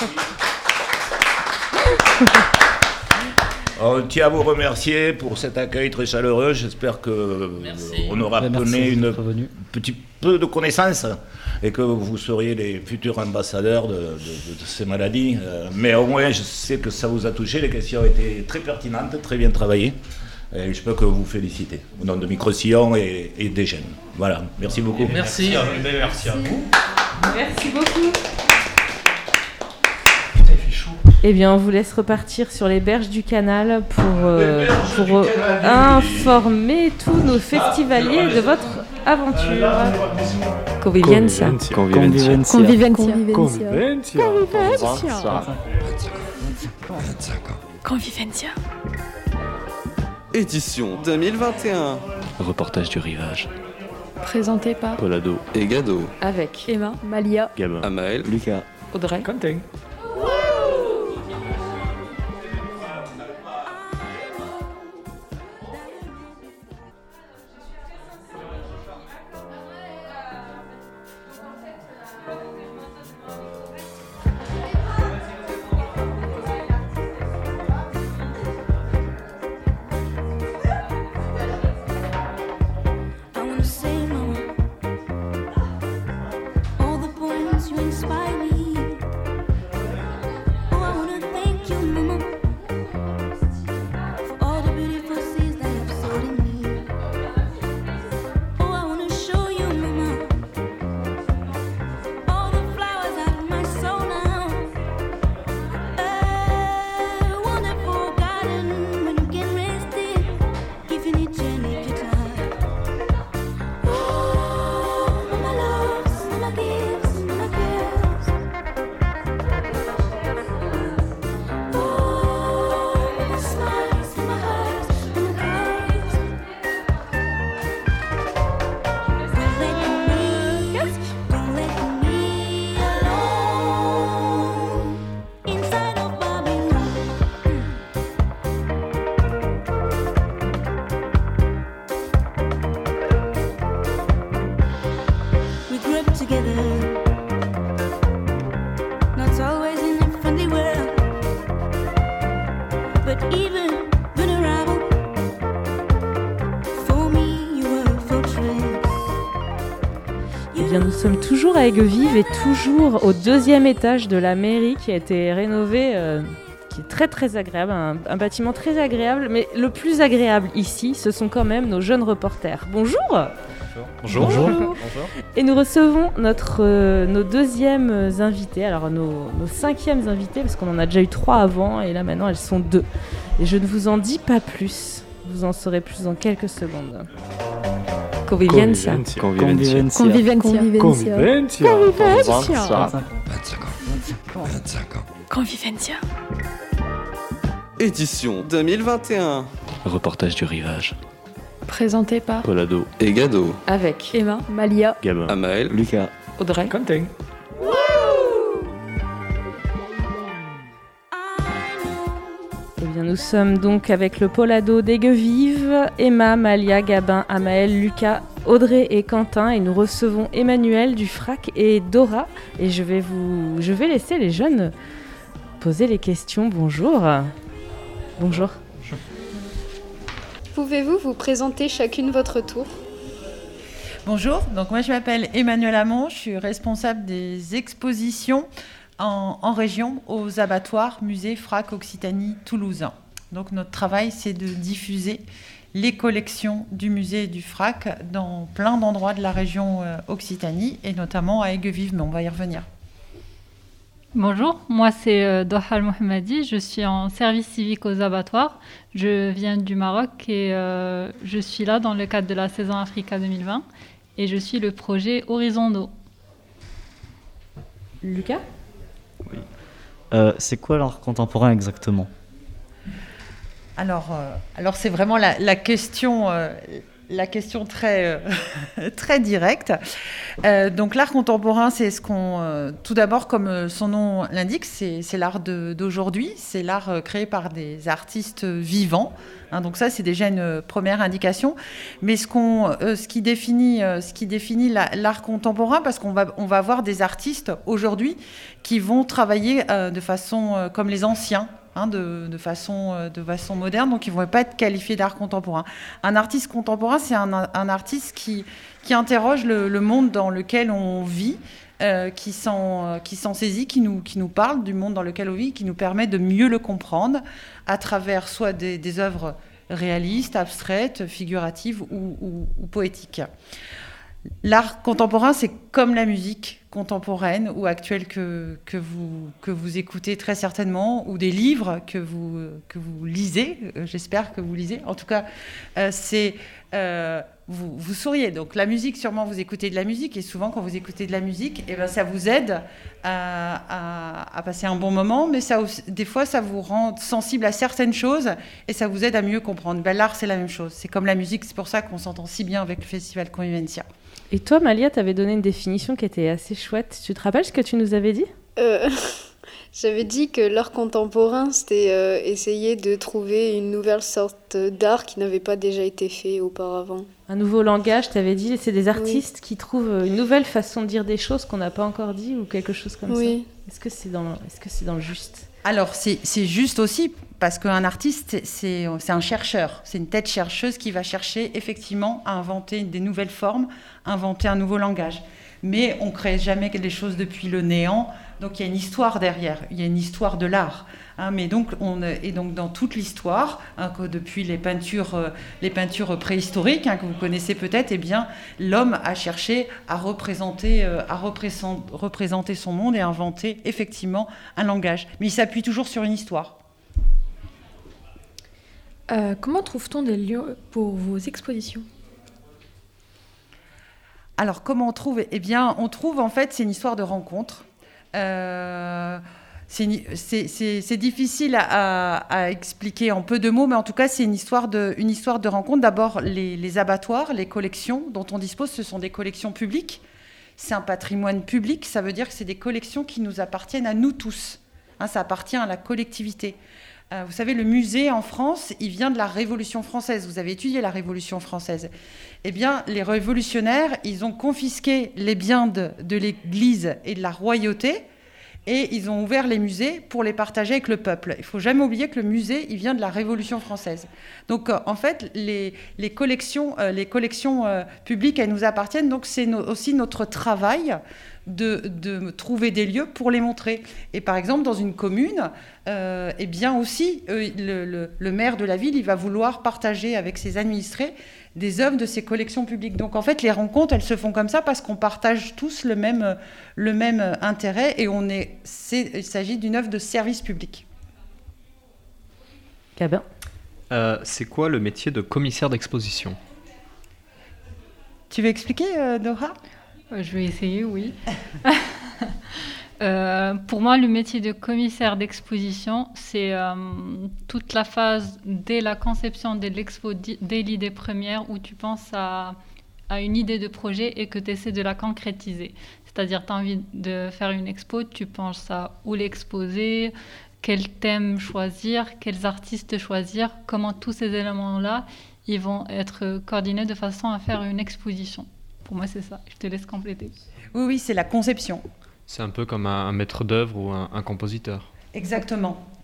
S5: On tient à vous remercier pour cet accueil très chaleureux. J'espère qu'on aura donné un petit peu de connaissances et que vous seriez les futurs ambassadeurs de ces maladies. Mais au moins, je sais que ça vous a touché. Les questions étaient très pertinentes, très bien travaillées. Et je peux que vous féliciter au nom de Micro-Sillon et des jeunes. Voilà, merci beaucoup.
S6: Et merci.
S11: Merci à vous.
S1: Merci beaucoup. Eh bien, on vous laisse repartir sur les berges du canal pour informer tous nos festivaliers de votre aventure. Convivencia.
S2: Convivencia.
S3: Édition 2021.
S4: Reportage du rivage.
S2: Présenté par
S4: Polado.
S3: Et Gado.
S1: Avec
S2: Emma, Malia,
S4: Gabin.
S3: Amael.
S8: Lucas.
S1: Audrey.
S8: Quentin.
S1: Nous sommes toujours à Aigues-Vives et toujours au 2e étage de la mairie qui a été rénové, qui est très très agréable, un bâtiment très agréable, mais le plus agréable ici, ce sont quand même nos jeunes reporters. Bonjour.
S11: Bonjour.
S1: Et nous recevons nos 2e invités, alors nos 5e invités, parce qu'on en a déjà eu 3 avant, et là maintenant elles sont 2. Et je ne vous en dis pas plus, vous en saurez plus dans quelques secondes. Convivencia.
S3: Édition 2021.
S4: Reportage du rivage.
S2: Présenté par
S4: Polado.
S3: Et Gado.
S1: Avec
S2: Emma, Malia,
S4: Gabin.
S3: Amael.
S8: Lucas.
S1: Audrey.
S8: Quentin.
S1: Eh bien, nous sommes donc avec le Polado d'Aigues-Vives, Emma, Malia, Gabin, Amael, Lucas, Audrey et Quentin, et nous recevons Emmanuel du FRAC et Dora. Et je vais laisser les jeunes poser les questions. Bonjour. Bonjour.
S10: Pouvez-vous vous présenter chacune votre tour ?
S12: Bonjour, donc moi je m'appelle Emmanuel Hamon, je suis responsable des expositions en région, aux abattoirs, musées, FRAC, Occitanie, Toulouse. Donc notre travail, c'est de diffuser les collections du musée et du FRAC dans plein d'endroits de la région Occitanie, et notamment à Aiguevive, mais on va y revenir.
S13: Bonjour, moi c'est Doha Mohammadi, je suis en service civique aux abattoirs. Je viens du Maroc et je suis là dans le cadre de la saison Africa 2020 et je suis le projet Horizon d'eau.
S1: Lucas ?
S8: Oui. C'est quoi l'art contemporain exactement ?
S12: Alors c'est vraiment la question très, très directe. Donc l'art contemporain, c'est tout d'abord, comme son nom l'indique, c'est l'art d'aujourd'hui, c'est l'art créé par des artistes vivants. Donc ça, c'est déjà une première indication. Mais ce qui définit l'art contemporain, parce qu'on va avoir des artistes aujourd'hui qui vont travailler de façon comme les anciens. De façon moderne, donc ils ne vont pas être qualifiés d'art contemporain. Un artiste contemporain, c'est un artiste qui interroge le monde dans lequel on vit, qui s'en saisit, qui nous parle du monde dans lequel on vit, qui nous permet de mieux le comprendre à travers soit des œuvres réalistes, abstraites, figuratives ou poétiques. L'art contemporain, c'est comme la musique contemporaine ou actuelle que vous écoutez très certainement, ou des livres que vous lisez, j'espère que vous lisez. En tout cas, vous souriez. Donc la musique, sûrement vous écoutez de la musique, et souvent quand vous écoutez de la musique, ça vous aide à passer un bon moment, mais des fois ça vous rend sensible à certaines choses et ça vous aide à mieux comprendre. L'art, c'est la même chose. C'est comme la musique, c'est pour ça qu'on s'entend si bien avec le Festival Convivencia.
S1: Et toi, Malia, tu avais donné une définition qui était assez chouette. Tu te rappelles ce que tu nous avais dit ?
S10: J'avais dit que l'art contemporain, c'était essayer de trouver une nouvelle sorte d'art qui n'avait pas déjà été fait auparavant.
S1: Un nouveau langage, tu avais dit, c'est des artistes qui trouvent une nouvelle façon de dire des choses qu'on n'a pas encore dit, ou quelque chose comme ça. Est-ce que c'est dans le juste ?
S12: Alors, c'est juste aussi, parce qu'un artiste, c'est un chercheur, c'est une tête chercheuse qui va chercher effectivement à inventer des nouvelles formes, inventer un nouveau langage. Mais on ne crée jamais les choses depuis le néant, donc il y a une histoire derrière, il y a une histoire de l'art. Mais donc, dans toute l'histoire, depuis les peintures préhistoriques, que vous connaissez peut-être, l'homme a cherché à représenter son monde et à inventer effectivement un langage. Mais il s'appuie toujours sur une histoire.
S2: Comment trouve-t-on des lieux pour vos expositions ?
S12: Alors, comment on trouve ? On trouve, en fait, c'est une histoire de rencontre. C'est difficile à expliquer en peu de mots, mais en tout cas, c'est une histoire de rencontre. D'abord, les abattoirs, les collections dont on dispose, ce sont des collections publiques. C'est un patrimoine public, ça veut dire que c'est des collections qui nous appartiennent à nous tous. Ça appartient à la collectivité. Vous savez, le musée en France, il vient de la Révolution française. Vous avez étudié la Révolution française. Les révolutionnaires, ils ont confisqué les biens de l'Église et de la royauté, et ils ont ouvert les musées pour les partager avec le peuple. Il ne faut jamais oublier que le musée, il vient de la Révolution française. Donc, en fait, les collections publiques, elles nous appartiennent. Donc, c'est aussi notre travail de trouver des lieux pour les montrer. Et par exemple, dans une commune, aussi, le maire de la ville, il va vouloir partager avec ses administrés des œuvres de ces collections publiques. Donc en fait, les rencontres, elles se font comme ça parce qu'on partage tous le même intérêt et il s'agit d'une œuvre de service public.
S1: Gabin.
S11: C'est quoi le métier de commissaire d'exposition ?
S12: Tu veux expliquer, Dora ?
S13: Je vais essayer, oui. Pour moi, le métier de commissaire d'exposition, c'est toute la phase dès la conception de l'expo, dès l'idée première, où tu penses à une idée de projet et que tu essaies de la concrétiser. C'est-à-dire, tu as envie de faire une expo, tu penses à où l'exposer, quel thème choisir, quels artistes choisir, comment tous ces éléments-là, ils vont être coordonnés de façon à faire une exposition. Pour moi, c'est ça. Je te laisse compléter.
S12: Oui, c'est la conception.
S11: C'est un peu comme un maître d'œuvre ou un compositeur.
S12: Exactement.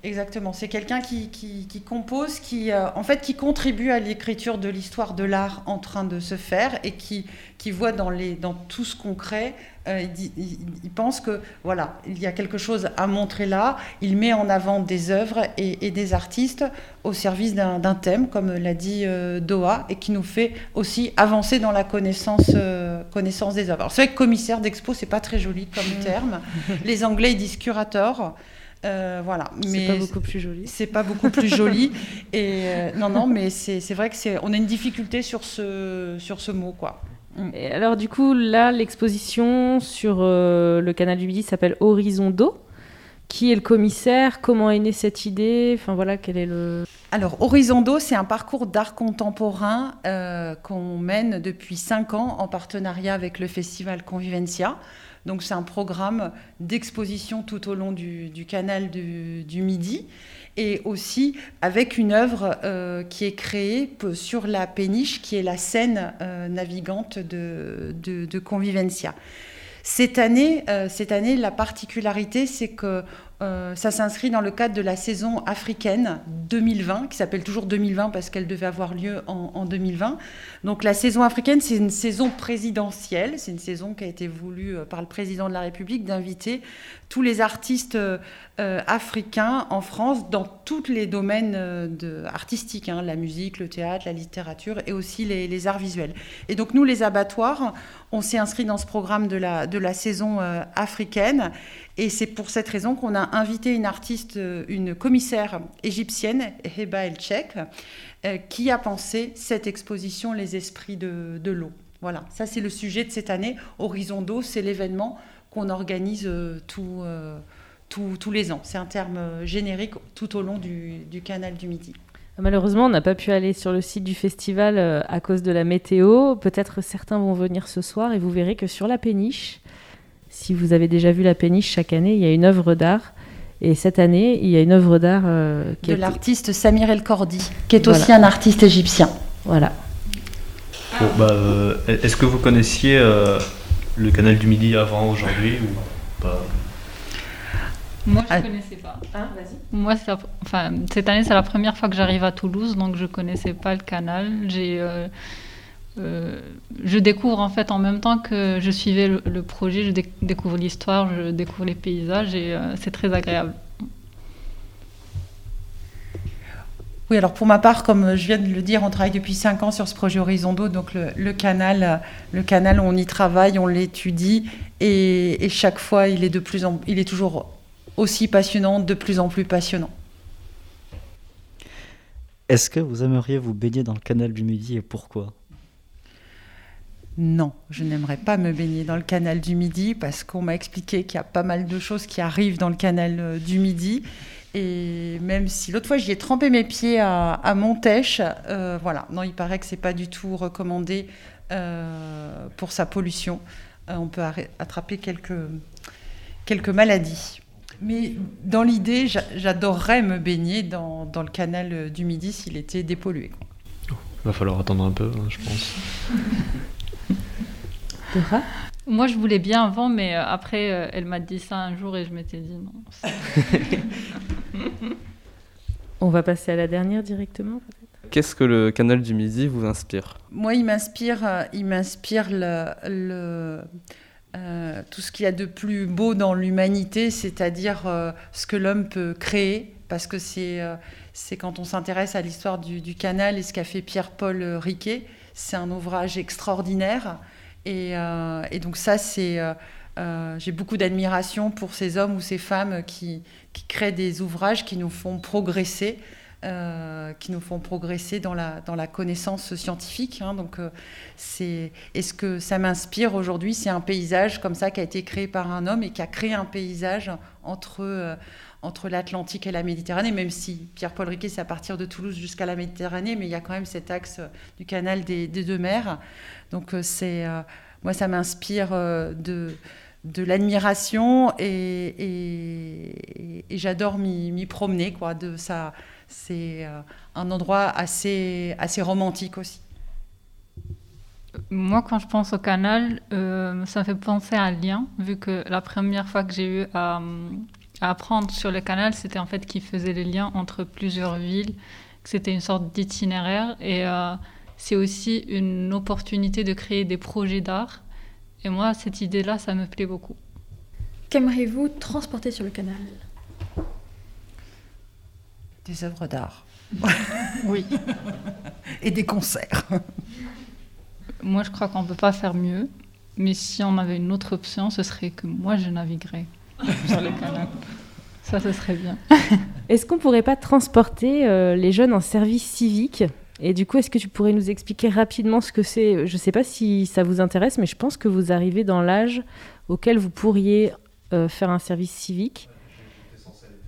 S12: Exactement, c'est quelqu'un qui compose, en fait, qui contribue à l'écriture de l'histoire de l'art en train de se faire et qui voit dans tout ce qu'on crée, il pense que voilà, il y a quelque chose à montrer là, il met en avant des œuvres et des artistes au service d'un thème, comme l'a dit Doha, et qui nous fait aussi avancer dans la connaissance des œuvres. Alors, c'est vrai que commissaire d'expo, c'est pas très joli comme terme. Les Anglais, ils disent curator. Voilà, mais
S1: c'est pas beaucoup plus joli.
S12: C'est pas beaucoup plus joli. Et non, mais c'est vrai que on a une difficulté sur ce mot, quoi.
S1: Et alors du coup, là, l'exposition sur le canal du Midi s'appelle Horizon d'eau. Qui est le commissaire? Comment est née cette idée? Enfin voilà, quel est le...
S12: Alors, Horizon d'eau, c'est un parcours d'art contemporain qu'on mène depuis 5 ans en partenariat avec le festival Convivencia. Donc c'est un programme d'exposition tout au long du canal du Midi et aussi avec une œuvre qui est créée sur la péniche qui est la Seine navigante de Convivencia. Cette année, la particularité, c'est que ça s'inscrit dans le cadre de la saison africaine 2020, qui s'appelle toujours 2020 parce qu'elle devait avoir lieu en 2020. Donc la saison africaine, c'est une saison présidentielle, c'est une saison qui a été voulue par le président de la République d'inviter tous les artistes africains en France dans tous les domaines artistiques, hein, la musique, le théâtre, la littérature et aussi les arts visuels. Et donc nous, les abattoirs, on s'est inscrits dans ce programme de la saison africaine et c'est pour cette raison qu'on a invité une commissaire égyptienne, Heba El-Chek, qui a pensé cette exposition Les Esprits de l'eau. Voilà, ça c'est le sujet de cette année. Horizon d'eau, c'est l'événement qu'on organise tous les ans. C'est un terme générique tout au long du canal du Midi.
S1: Malheureusement, on n'a pas pu aller sur le site du festival à cause de la météo. Peut-être certains vont venir ce soir et vous verrez que sur la péniche, si vous avez déjà vu la péniche, chaque année, il y a une œuvre d'art. Et cette année, il y a une œuvre d'art
S12: de l'artiste Samir El Kordi, qui est aussi un artiste égyptien.
S1: Voilà.
S11: Bon, est-ce que vous connaissiez le canal du Midi avant aujourd'hui ou pas?
S13: Moi, je ne connaissais pas.
S1: Ah, vas-y.
S13: Moi, cette année, c'est la première fois que j'arrive à Toulouse, donc je ne connaissais pas le canal. Je découvre en fait en même temps que je suivais le projet, je découvre l'histoire, je découvre les paysages et c'est très agréable.
S12: Oui, alors pour ma part, comme je viens de le dire, on travaille depuis 5 ans sur ce projet Horizon d'eau, donc le canal, on y travaille, on l'étudie et chaque fois, il est toujours aussi passionnant, de plus en plus passionnant.
S8: Est-ce que vous aimeriez vous baigner dans le canal du Midi et pourquoi ?
S12: Non, je n'aimerais pas me baigner dans le canal du Midi parce qu'on m'a expliqué qu'il y a pas mal de choses qui arrivent dans le canal du Midi. Et même si l'autre fois, j'y ai trempé mes pieds à Montèche, voilà. Non, il paraît que ce n'est pas du tout recommandé pour sa pollution. On peut attraper quelques maladies. Mais dans l'idée, j'adorerais me baigner dans le canal du Midi s'il était dépollué.
S11: Il va falloir attendre un peu, hein, je pense.
S13: Moi, je voulais bien avant, mais après, elle m'a dit ça un jour et je m'étais dit non.
S1: On va passer à la dernière directement, peut-être.
S14: Qu'est-ce que le canal du Midi vous inspire ?
S12: Moi, il m'inspire tout ce qu'il y a de plus beau dans l'humanité, c'est-à-dire ce que l'homme peut créer, parce que c'est quand on s'intéresse à l'histoire du canal et ce qu'a fait Pierre-Paul Riquet, c'est un ouvrage extraordinaire. Et donc ça, j'ai beaucoup d'admiration pour ces hommes ou ces femmes qui créent des ouvrages qui nous font progresser, dans la connaissance scientifique. Hein. Donc, et ce que ça m'inspire aujourd'hui, c'est un paysage comme ça qui a été créé par un homme et qui a créé un paysage entre l'Atlantique et la Méditerranée, même si Pierre-Paul Riquet, c'est à partir de Toulouse jusqu'à la Méditerranée, mais il y a quand même cet axe du canal des deux mers. Donc moi, ça m'inspire de l'admiration et j'adore m'y promener, quoi. C'est un endroit assez romantique aussi.
S13: Moi, quand je pense au canal, ça me fait penser à un lien, vu que la première fois que j'ai eu à à apprendre sur le canal, c'était en fait qu'ils faisaient les liens entre plusieurs villes, que c'était une sorte d'itinéraire. Et c'est aussi une opportunité de créer des projets d'art. Et moi, cette idée-là, ça me plaît beaucoup.
S2: Qu'aimeriez-vous transporter sur le canal ?
S12: Des œuvres d'art.
S13: Oui.
S12: Et des concerts.
S13: Moi, je crois qu'on ne peut pas faire mieux. Mais si on avait une autre option, ce serait que moi, je naviguerais sur le canal. Ça, ce serait bien.
S1: Est-ce qu'on ne pourrait pas transporter les jeunes en service civique ? Et du coup, est-ce que tu pourrais nous expliquer rapidement ce que c'est ? Je ne sais pas si ça vous intéresse, mais je pense que vous arrivez dans l'âge auquel vous pourriez faire un service civique. Pardon ?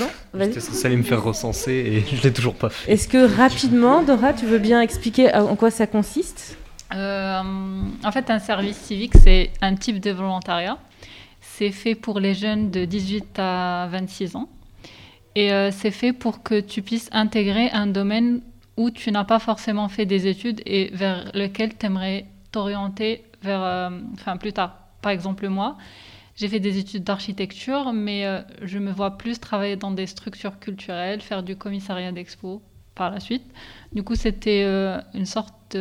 S11: J'étais censé aller me faire recenser et je ne l'ai toujours pas fait.
S1: Est-ce que rapidement, Dora, tu veux bien expliquer en quoi ça consiste ?
S13: En fait, un service civique, c'est un type de volontariat. C'est fait pour les jeunes de 18 à 26 ans. Et c'est fait pour que tu puisses intégrer un domaine où tu n'as pas forcément fait des études et vers lequel tu aimerais t'orienter plus tard. Par exemple, moi, j'ai fait des études d'architecture, mais je me vois plus travailler dans des structures culturelles, faire du commissariat d'expo par la suite. Du coup, c'était une sorte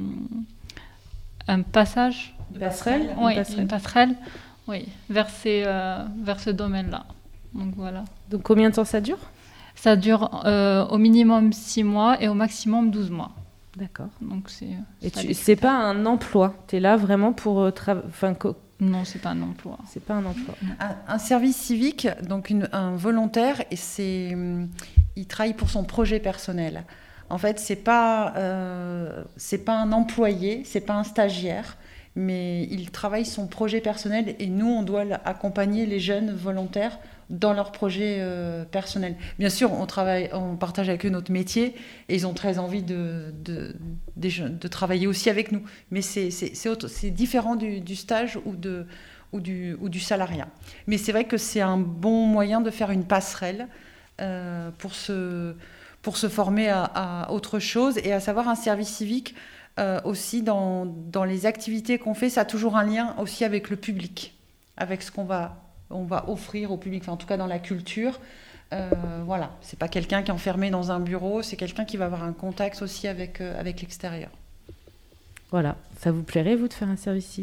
S13: un passage.
S1: Une passerelle ?
S13: Oui, une passerelle vers ce domaine-là. Donc voilà.
S1: Donc combien de temps ça dure ?
S13: Ça dure au minimum 6 mois et au maximum 12 mois.
S1: D'accord.
S13: Donc
S1: c'est pas un emploi. Tu es là vraiment pour
S13: Non, c'est pas un emploi.
S1: C'est pas un emploi.
S12: Un service civique, donc un volontaire, et il travaille pour son projet personnel. En fait, c'est pas un employé, c'est pas un stagiaire, mais il travaille son projet personnel et nous, on doit accompagner les jeunes volontaires dans leur projet personnel. Bien sûr, on partage avec eux notre métier et ils ont très envie de travailler aussi avec nous. Mais c'est différent du stage ou du salariat. Mais c'est vrai que c'est un bon moyen de faire une passerelle pour se former à autre chose et à savoir un service civique aussi dans les activités qu'on fait, ça a toujours un lien aussi avec le public, avec ce qu'on va offrir au public, en tout cas dans la culture. Voilà, c'est pas quelqu'un qui est enfermé dans un bureau, c'est quelqu'un qui va avoir un contact aussi avec l'extérieur.
S1: Voilà, ça vous plairait vous de faire un service civique ?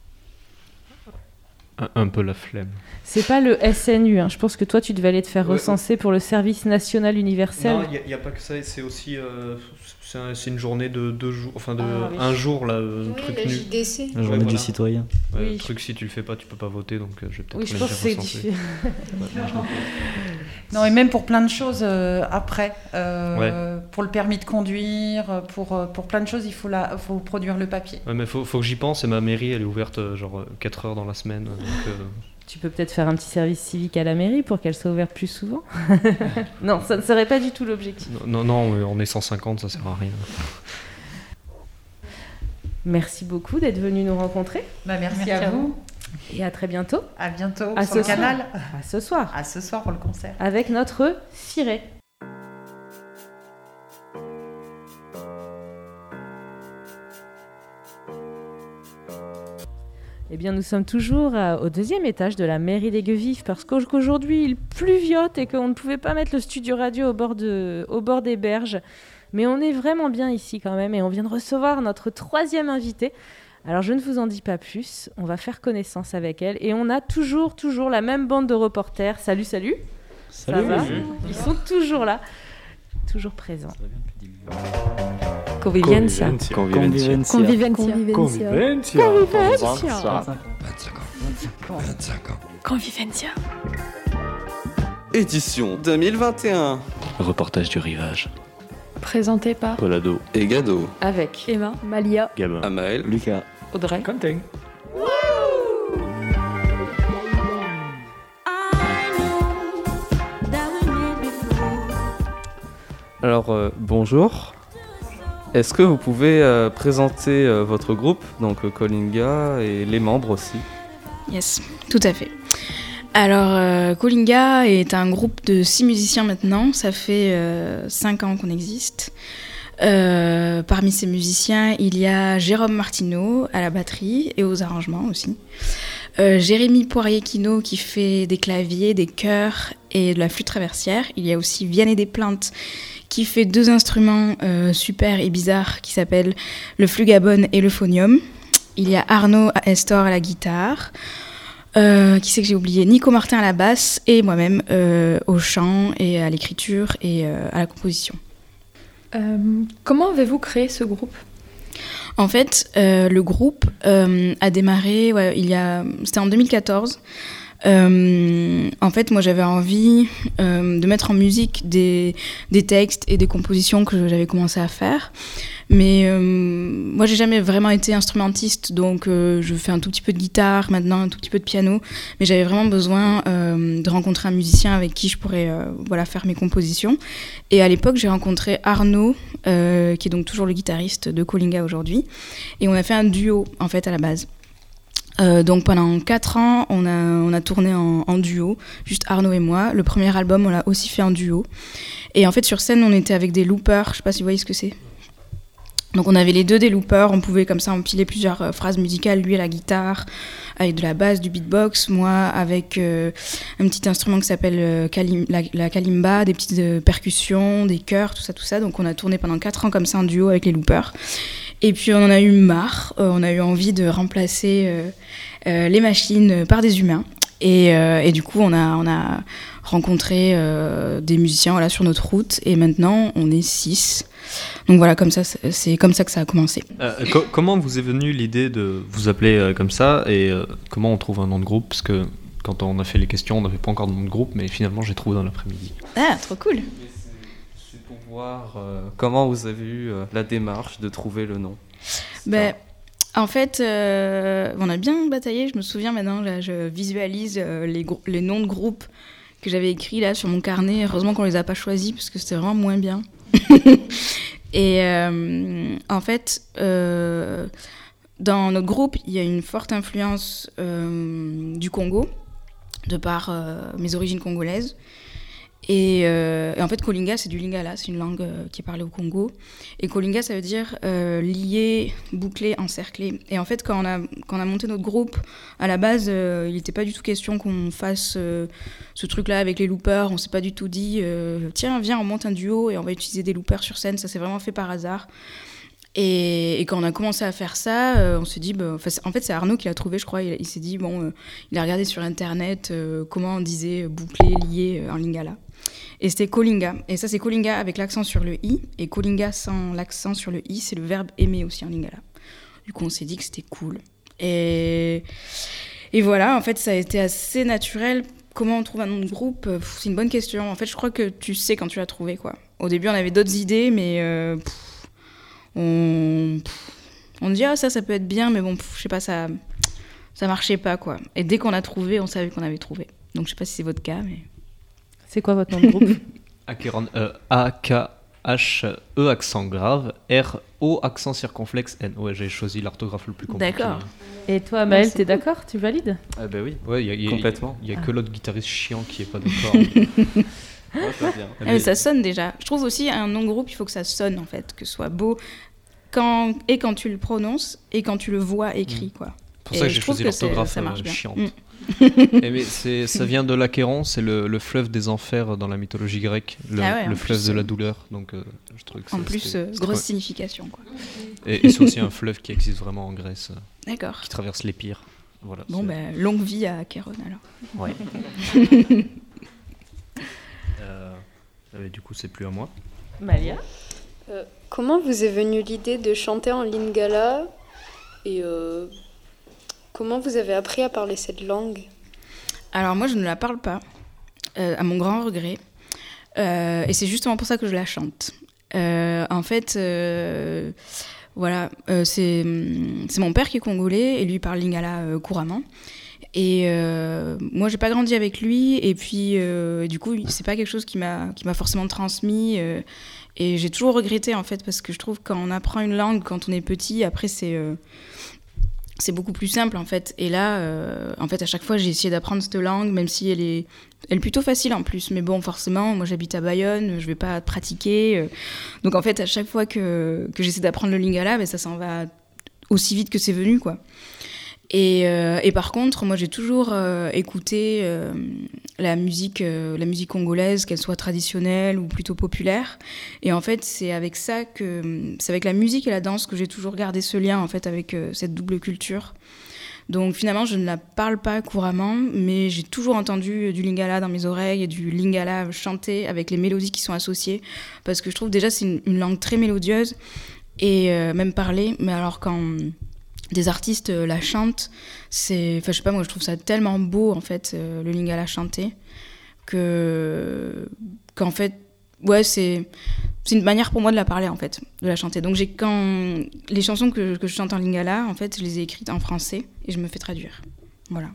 S11: Un peu la flemme.
S1: C'est pas le SNU, hein. Je pense que toi tu devais aller te faire recenser pour le service national universel.
S11: Non, il n'y a pas que ça, c'est aussi c'est une journée de 2 jours, un jour là, truc
S10: la
S11: nu.
S10: JDC.
S8: La journée du citoyen.
S11: Ouais, le truc, si tu le fais pas, tu peux pas voter, donc je vais peut-être
S1: je pense que c'est
S11: recenser.
S12: Non, et même pour plein de choses après, pour le permis de conduire, pour plein de choses, il faut produire le papier.
S11: Ouais, mais faut que j'y pense, et ma mairie, elle est ouverte 4 heures dans la semaine. Donc,
S1: tu peux peut-être faire un petit service civique à la mairie pour qu'elle soit ouverte plus souvent. Non, ça ne serait pas du tout l'objectif.
S11: Non, on est 150, ça sert à rien.
S1: Merci beaucoup d'être venu nous rencontrer.
S12: Merci à vous.
S1: Et à très bientôt.
S12: À bientôt
S1: à
S12: sur le canal.
S1: À ce soir.
S12: À ce soir pour le concert.
S1: Avec notre ciré. Eh bien, nous sommes toujours au 2e étage de la mairie d'Aigues-Vives parce qu'aujourd'hui, il pluviote et qu'on ne pouvait pas mettre le studio radio au bord des berges. Mais on est vraiment bien ici quand même et on vient de recevoir notre 3e invitée. Alors, je ne vous en dis pas plus. On va faire connaissance avec elle. Et on a toujours la même bande de reporters. Salut.
S8: Salut.
S1: Ça va ? Ils sont toujours là. Toujours présents. Convivencia.
S3: Édition 2021.
S4: Reportage du rivage.
S2: Présenté par
S14: Polado
S3: et Gado.
S1: Avec
S2: Emma, Malia,
S14: Gabin,
S3: Amael,
S8: Lucas,
S1: Audrey,
S14: Quentin. Alors, bonjour. Est-ce que vous pouvez présenter votre groupe, donc Colinga, et les membres aussi ?
S15: Yes, tout à fait. Alors, Colinga est un groupe de 6 musiciens maintenant. Ça fait 5 ans qu'on existe. Parmi ces musiciens, il y a Jérôme Martineau à la batterie et aux arrangements aussi. Jérémy Poirier-Quinault qui fait des claviers, des chœurs et de la flûte traversière. Il y a aussi Vianney Desplantes qui fait 2 instruments super et bizarres qui s'appellent le flugabone et le phonium. Il y a Arnaud Estor à la guitare. Qui c'est que j'ai oublié? Nico Martin à la basse et moi-même au chant et à l'écriture et à la composition.
S2: Comment avez-vous créé ce groupe ?
S15: En fait, le groupe a démarré, c'était en 2014. En fait, moi, j'avais envie de mettre en musique des textes et des compositions que j'avais commencé à faire. Mais moi, j'ai jamais vraiment été instrumentiste, donc je fais un tout petit peu de guitare maintenant, un tout petit peu de piano. Mais j'avais vraiment besoin de rencontrer un musicien avec qui je pourrais faire mes compositions. Et à l'époque, j'ai rencontré Arnaud, qui est donc toujours le guitariste de Colinga aujourd'hui. Et on a fait un duo, en fait, à la base. Donc pendant 4 ans, on a tourné en duo, juste Arnaud et moi. Le premier album, on l'a aussi fait en duo. Et en fait, sur scène, on était avec des loopers. Je sais pas si vous voyez ce que c'est. Donc on avait les 2 des loopers, on pouvait comme ça empiler plusieurs phrases musicales, lui à la guitare, avec de la basse, du beatbox, moi avec un petit instrument qui s'appelle la kalimba, des petites percussions, des chœurs, tout ça. Donc on a tourné pendant 4 ans comme ça en duo avec les loopers. Et puis on en a eu marre, on a eu envie de remplacer les machines par des humains. Et du coup on a rencontré des musiciens sur notre route et maintenant on est 6. Donc voilà, comme ça, c'est comme ça que ça a commencé.
S9: Comment vous est venue l'idée de vous appeler comme ça et comment on trouve un nom de groupe? Parce que quand on a fait les questions, on n'avait pas encore de nom de groupe, mais finalement j'ai trouvé dans l'après-midi.
S15: Ah, trop cool.
S14: C'est pour voir comment vous avez eu la démarche de trouver le nom.
S15: En fait, on a bien bataillé, je me souviens maintenant, là, je visualise les noms de groupes que j'avais écrits là, sur mon carnet. Heureusement qu'on ne les a pas choisis parce que c'était vraiment moins bien. Et en fait, dans notre groupe, il y a une forte influence du Congo, de par mes origines congolaises. Et en fait, Kolinga, c'est du lingala, c'est une langue qui est parlée au Congo. Et Kolinga, ça veut dire lié, bouclé, encerclé. Et en fait, quand on a monté notre groupe, à la base, il n'était pas du tout question qu'on fasse ce truc-là avec les loopers. On ne s'est pas du tout dit tiens, viens, on monte un duo et on va utiliser des loopers sur scène. Ça s'est vraiment fait par hasard. Et quand on a commencé à faire ça, on s'est dit... en fait, c'est Arnaud qui l'a trouvé, je crois. Il s'est dit, il a regardé sur Internet comment on disait bouclé, lié en lingala. Et c'était Kolinga. Et ça, c'est Kolinga avec l'accent sur le i. Et Kolinga sans l'accent sur le i, c'est le verbe aimer aussi en lingala. Du coup, on s'est dit que c'était cool. Et voilà, en fait, ça a été assez naturel. Comment on trouve un nom de groupe? C'est une bonne question. En fait, je crois que tu sais quand tu l'as trouvé, quoi. Au début, on avait d'autres idées, mais on dit ça peut être bien, mais je sais pas, ça marchait pas, quoi. Et dès qu'on a trouvé, on savait qu'on avait trouvé. Donc, je sais pas si c'est votre cas, mais...
S1: C'est quoi votre nom de groupe?
S9: Acheron, A-K-H-E accent grave, R-O accent circonflexe N. Ouais, j'ai choisi l'orthographe le plus compliqué.
S1: D'accord. Et toi, Maël, t'es d'accord? Tu valides?
S9: Ben oui. Ouais, complètement. Il y a que l'autre guitariste chiant qui est pas d'accord.
S15: Ouais, mais ça sonne déjà. Je trouve aussi un nom de groupe, il faut que ça sonne en fait, que ce soit beau quand tu le prononces et quand tu le vois écrit, quoi.
S9: Pour ça que j'ai choisi l'orthographe chiante. Mais ça vient de l'Achéron, c'est le fleuve des enfers dans la mythologie grecque, le fleuve de la douleur. Donc, je trouve que
S15: en plus, grosse signification, quoi.
S9: Et c'est aussi un fleuve qui existe vraiment en Grèce.
S15: D'accord.
S9: Qui traverse l'Épire. Voilà,
S15: bon, longue vie à Achéron alors.
S9: Ouais. Du coup, c'est plus à moi.
S1: Malia.
S10: Comment vous est venue l'idée de chanter en lingala et comment vous avez appris à parler cette langue?
S15: Alors moi, je ne la parle pas, à mon grand regret. Et c'est justement pour ça que je la chante. En fait, c'est mon père qui est congolais et lui parle lingala couramment. Et moi, j'ai pas grandi avec lui. Et puis, du coup, c'est pas quelque chose qui m'a forcément transmis. Et j'ai toujours regretté, en fait, parce que je trouve que quand on apprend une langue, quand on est petit, après, c'est beaucoup plus simple, en fait. Et là, en fait, à chaque fois, j'ai essayé d'apprendre cette langue, même si elle est plutôt facile, en plus. Mais bon, forcément, moi, j'habite à Bayonne, je vais pas pratiquer. Donc, en fait, à chaque fois que j'essaie d'apprendre le lingala, ça s'en va aussi vite que c'est venu, quoi. Et par contre, moi, j'ai toujours écouté la musique congolaise, qu'elle soit traditionnelle ou plutôt populaire. Et en fait, c'est avec la musique et la danse que j'ai toujours gardé ce lien, en fait, avec cette double culture. Donc finalement, je ne la parle pas couramment, mais j'ai toujours entendu du lingala dans mes oreilles et du lingala chanté avec les mélodies qui sont associées, parce que je trouve déjà c'est une langue très mélodieuse et même parlée, mais alors quand des artistes la chantent, je sais pas, moi je trouve ça tellement beau en fait, le lingala chanté, qu'en fait, ouais, c'est une manière pour moi de la parler en fait, de la chanter. Donc quand les chansons que je chante en lingala, en fait, je les ai écrites en français et je me fais traduire. Voilà.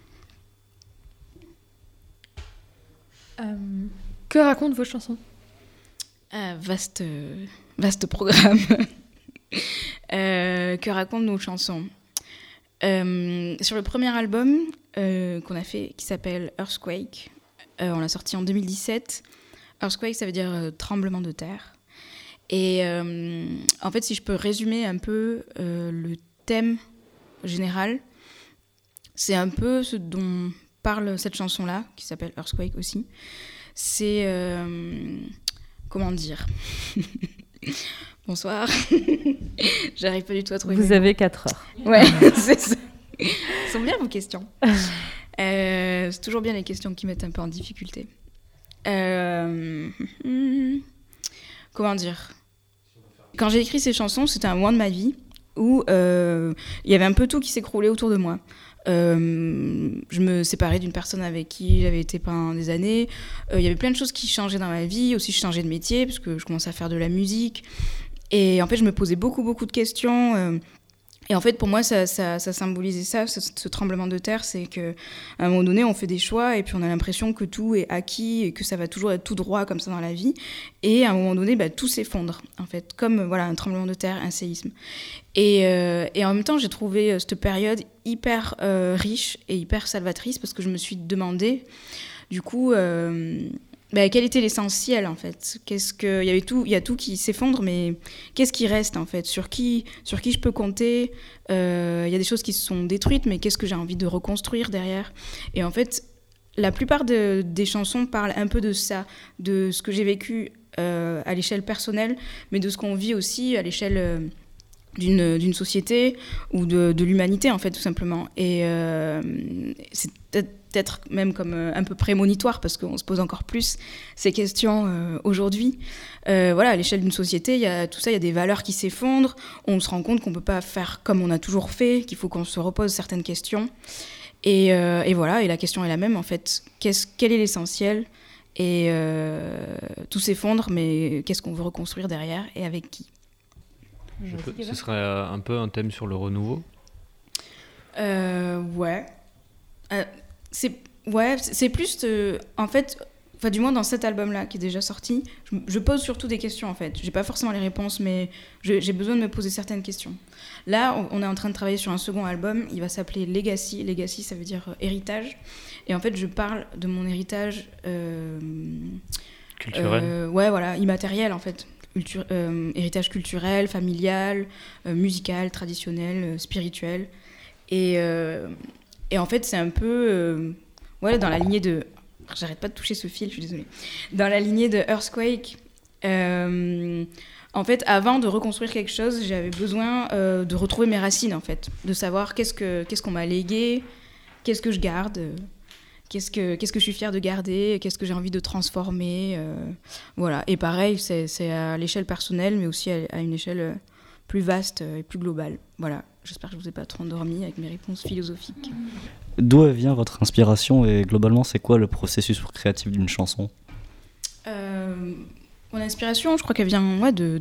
S2: Que racontent vos chansons ?
S15: Vaste programme. Que racontent nos chansons ? Sur le premier album qu'on a fait, qui s'appelle Earthquake, on l'a sorti en 2017. Earthquake, ça veut dire tremblement de terre. Et en fait, si je peux résumer un peu le thème général, c'est un peu ce dont parle cette chanson-là, qui s'appelle Earthquake aussi. C'est... comment dire ? Bonsoir. J'arrive pas du tout à trouver...
S1: Vous avez 4 heures.
S15: Ouais, c'est ça. Ce sont bien vos questions. C'est toujours bien les questions qui mettent un peu en difficulté. Comment dire ? Quand j'ai écrit ces chansons, c'était un moment de ma vie où il y avait un peu tout qui s'écroulait autour de moi. Je me séparais d'une personne avec qui j'avais été pendant des années. Il y avait plein de choses qui changeaient dans ma vie. Aussi, je changeais de métier parce que je commençais à faire de la musique. Et en fait, je me posais beaucoup de questions. Et en fait, pour moi, ça symbolisait ça, ce tremblement de terre. C'est qu'à un moment donné, on fait des choix et puis on a l'impression que tout est acquis et que ça va toujours être tout droit comme ça dans la vie. Et à un moment donné, tout s'effondre, en fait, comme un tremblement de terre, un séisme. Et en même temps, j'ai trouvé cette période hyper riche et hyper salvatrice parce que je me suis demandé, du coup... quel était l'essentiel en fait ? Il y a tout qui s'effondre, mais qu'est-ce qui reste en fait ? Sur qui je peux compter ? Il y a des choses qui se sont détruites, mais qu'est-ce que j'ai envie de reconstruire derrière ? Et en fait, la plupart des chansons parlent un peu de ça, de ce que j'ai vécu à l'échelle personnelle, mais de ce qu'on vit aussi à l'échelle d'une société ou de l'humanité en fait, tout simplement. Et c'est peut-être même comme un peu prémonitoire parce qu'on se pose encore plus ces questions aujourd'hui. À l'échelle d'une société, il y a des valeurs qui s'effondrent, on se rend compte qu'on ne peut pas faire comme on a toujours fait, qu'il faut qu'on se repose certaines questions. Et la question est la même en fait. Quel est l'essentiel ? Et tout s'effondre, mais qu'est-ce qu'on veut reconstruire derrière et avec qui ?
S9: Ce serait un peu un thème sur le renouveau ?
S15: Ouais. C'est plus... en fait, du moins dans cet album-là qui est déjà sorti, je pose surtout des questions en fait. J'ai pas forcément les réponses, mais j'ai besoin de me poser certaines questions. Là, on est en train de travailler sur un second album. Il va s'appeler Legacy. Legacy, ça veut dire héritage. Et en fait, je parle de mon héritage...
S9: culturel.
S15: Immatériel en fait. Héritage culturel, familial, musical, traditionnel, spirituel. Et en fait, c'est un peu... dans la lignée de... J'arrête pas de toucher ce fil, je suis désolée. Dans la lignée de Earthquake, en fait, avant de reconstruire quelque chose, j'avais besoin de retrouver mes racines, en fait. De savoir qu'est-ce qu'on m'a légué, qu'est-ce que je garde, qu'est-ce que je suis fière de garder, qu'est-ce que j'ai envie de transformer. Voilà. Et pareil, c'est à l'échelle personnelle, mais aussi à une échelle plus vaste et plus globale. Voilà. J'espère que je ne vous ai pas trop endormi avec mes réponses philosophiques.
S8: D'où vient votre inspiration et globalement, c'est quoi le processus créatif d'une chanson ?
S15: Mon inspiration, je crois qu'elle vient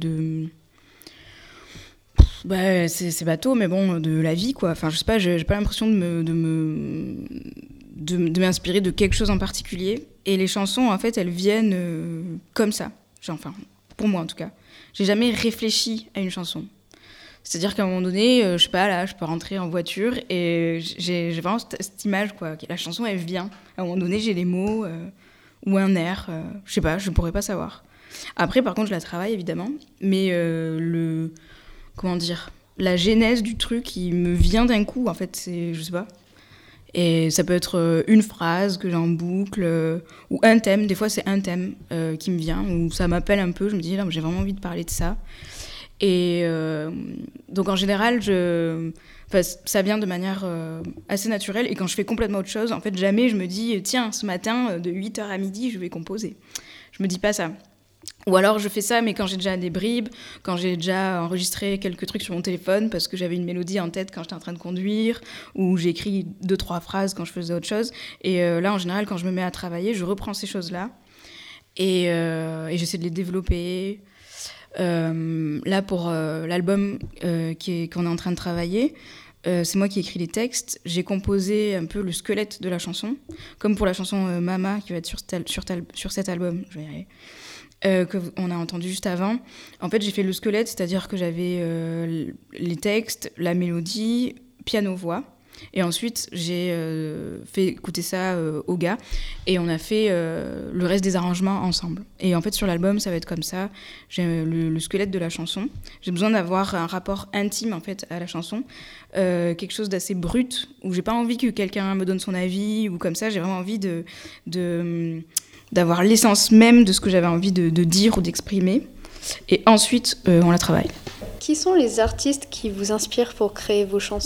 S15: c'est bateau, mais bon, de la vie, quoi. Enfin, je sais pas, j'ai pas l'impression de m'inspirer de quelque chose en particulier. Et les chansons, en fait, elles viennent comme ça. Enfin, pour moi, en tout cas. J'ai jamais réfléchi à une chanson. C'est-à-dire qu'à un moment donné, je sais pas, là, je peux rentrer en voiture et j'ai vraiment cette image, quoi. La chanson, elle vient. À un moment donné, j'ai les mots ou un air. Je sais pas, je pourrais pas savoir. Après, par contre, je la travaille, évidemment. Mais comment dire ? la genèse du truc qui me vient d'un coup, en fait, je sais pas. Et ça peut être une phrase que j'ai en boucle, ou un thème. Des fois, c'est un thème qui me vient, ou ça m'appelle un peu. Je me dis, là, j'ai vraiment envie de parler de ça. Et donc, en général, ça vient de manière assez naturelle. Et quand je fais complètement autre chose, en fait, jamais je me dis, tiens, ce matin, de 8h à midi, je vais composer. Je me dis pas ça. Ou alors je fais ça, mais quand j'ai déjà des bribes, quand j'ai déjà enregistré quelques trucs sur mon téléphone parce que j'avais une mélodie en tête quand j'étais en train de conduire, ou j'ai écrit 2-3 phrases quand je faisais autre chose. Et là, en général, quand je me mets à travailler, je reprends ces choses-là et j'essaie de les développer. Là, pour l'album qu'on est en train de travailler, c'est moi qui ai écrit les textes. J'ai composé un peu le squelette de la chanson, comme pour la chanson Mama qui va être sur cet album. Je vais y arriver. Qu'on a entendu juste avant. En fait, j'ai fait le squelette, c'est-à-dire que j'avais les textes, la mélodie, piano-voix. Et ensuite, j'ai fait écouter ça aux gars. Et on a fait le reste des arrangements ensemble. Et en fait, sur l'album, ça va être comme ça. J'ai le squelette de la chanson. J'ai besoin d'avoir un rapport intime, en fait, à la chanson. Quelque chose d'assez brut, où j'ai pas envie que quelqu'un me donne son avis, ou comme ça. J'ai vraiment envie d'avoir l'essence même de ce que j'avais envie de dire ou d'exprimer. Et ensuite, on la travaille.
S10: Qui sont les artistes qui vous inspirent pour créer vos chansons ?